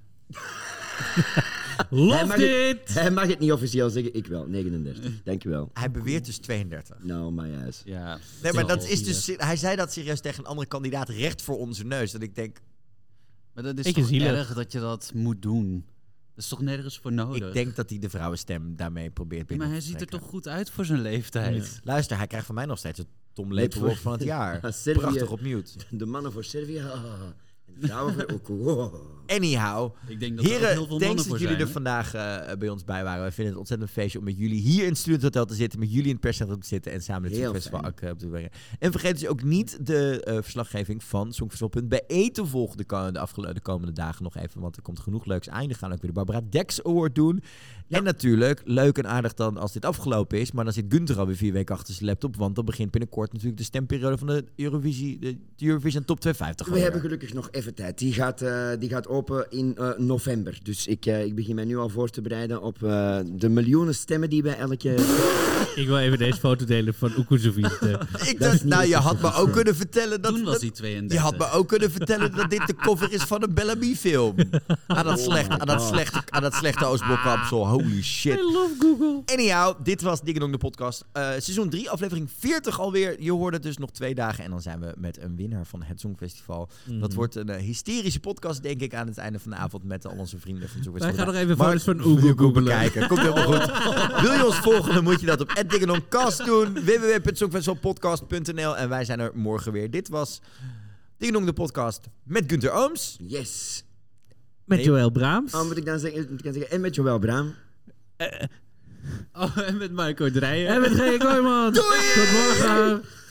Hij mag het niet officieel zeggen, ik wel. 39. Dankjewel. Hij beweert dus 32. Nou, my ass. Ja. Nee, maar dat is dus... Hij zei dat serieus tegen een andere kandidaat recht voor onze neus. Dat ik denk... Maar dat is toch erg dat je dat moet doen? Dat is toch nergens voor nodig? Ik denk dat hij de vrouwenstem daarmee probeert binnen maar hij ziet er toch goed uit voor zijn leeftijd? Ja. Luister, hij krijgt van mij nog steeds het Tom Lepelwoord van het jaar. Prachtig op mute. De mannen voor Servië... De vrouwen voor Oekoe. Anyhow, ik denk dat er heel veel thanks voor dat jullie zijn, er vandaag bij ons bij waren. We vinden het ontzettend een feestje om met jullie hier in het Student Hotel te zitten, met jullie in het perscentrum te zitten en samen het Songfestival op te brengen. En vergeet dus ook niet de verslaggeving van Songfestival.be te volgen de komende dagen nog even, want er komt genoeg leuks aan. We gaan ook weer de Barbara Dex Award doen. Ja. En natuurlijk, leuk en aardig dan als dit afgelopen is, maar dan zit Gunther alweer 4 weken achter zijn laptop, want dan begint binnenkort natuurlijk de stemperiode van de Eurovision Top 250. We hebben gelukkig nog even even tijd. Die gaat open in november. Dus ik begin mij nu al voor te bereiden op de miljoenen stemmen die bij elke... Ik wil even deze foto delen van Ukuzovic. Je had me ook kunnen vertellen dat... Toen was hij 32. Je had me ook kunnen vertellen dat dit de cover is van een Bellamy-film. Aan dat slechte Oostblok-kapsel. Holy shit. I love Google. Anyhow, dit was Ding Dong de podcast. Seizoen 3, aflevering 40 alweer. Je hoorde het dus nog 2 dagen. En dan zijn we met een winnaar van het Songfestival. Dat wordt een hysterische podcast, denk ik, aan het einde van de avond met al onze vrienden van het Songfestival. Wij gaan nog even foto's van Google bekijken. Komt helemaal goed. Wil je ons volgen, dan moet je dat op @dingendongcast doen. www.songfestivalpodcast.nl. En wij zijn er morgen weer. Dit was Ding Dong de podcast met Gunther Ooms. Yes. Met Joël Braams. Moet ik dan zeggen? En met Joël Braam. En met Marco Dreyer. En met G. Kooijman. Doei! Tot morgen.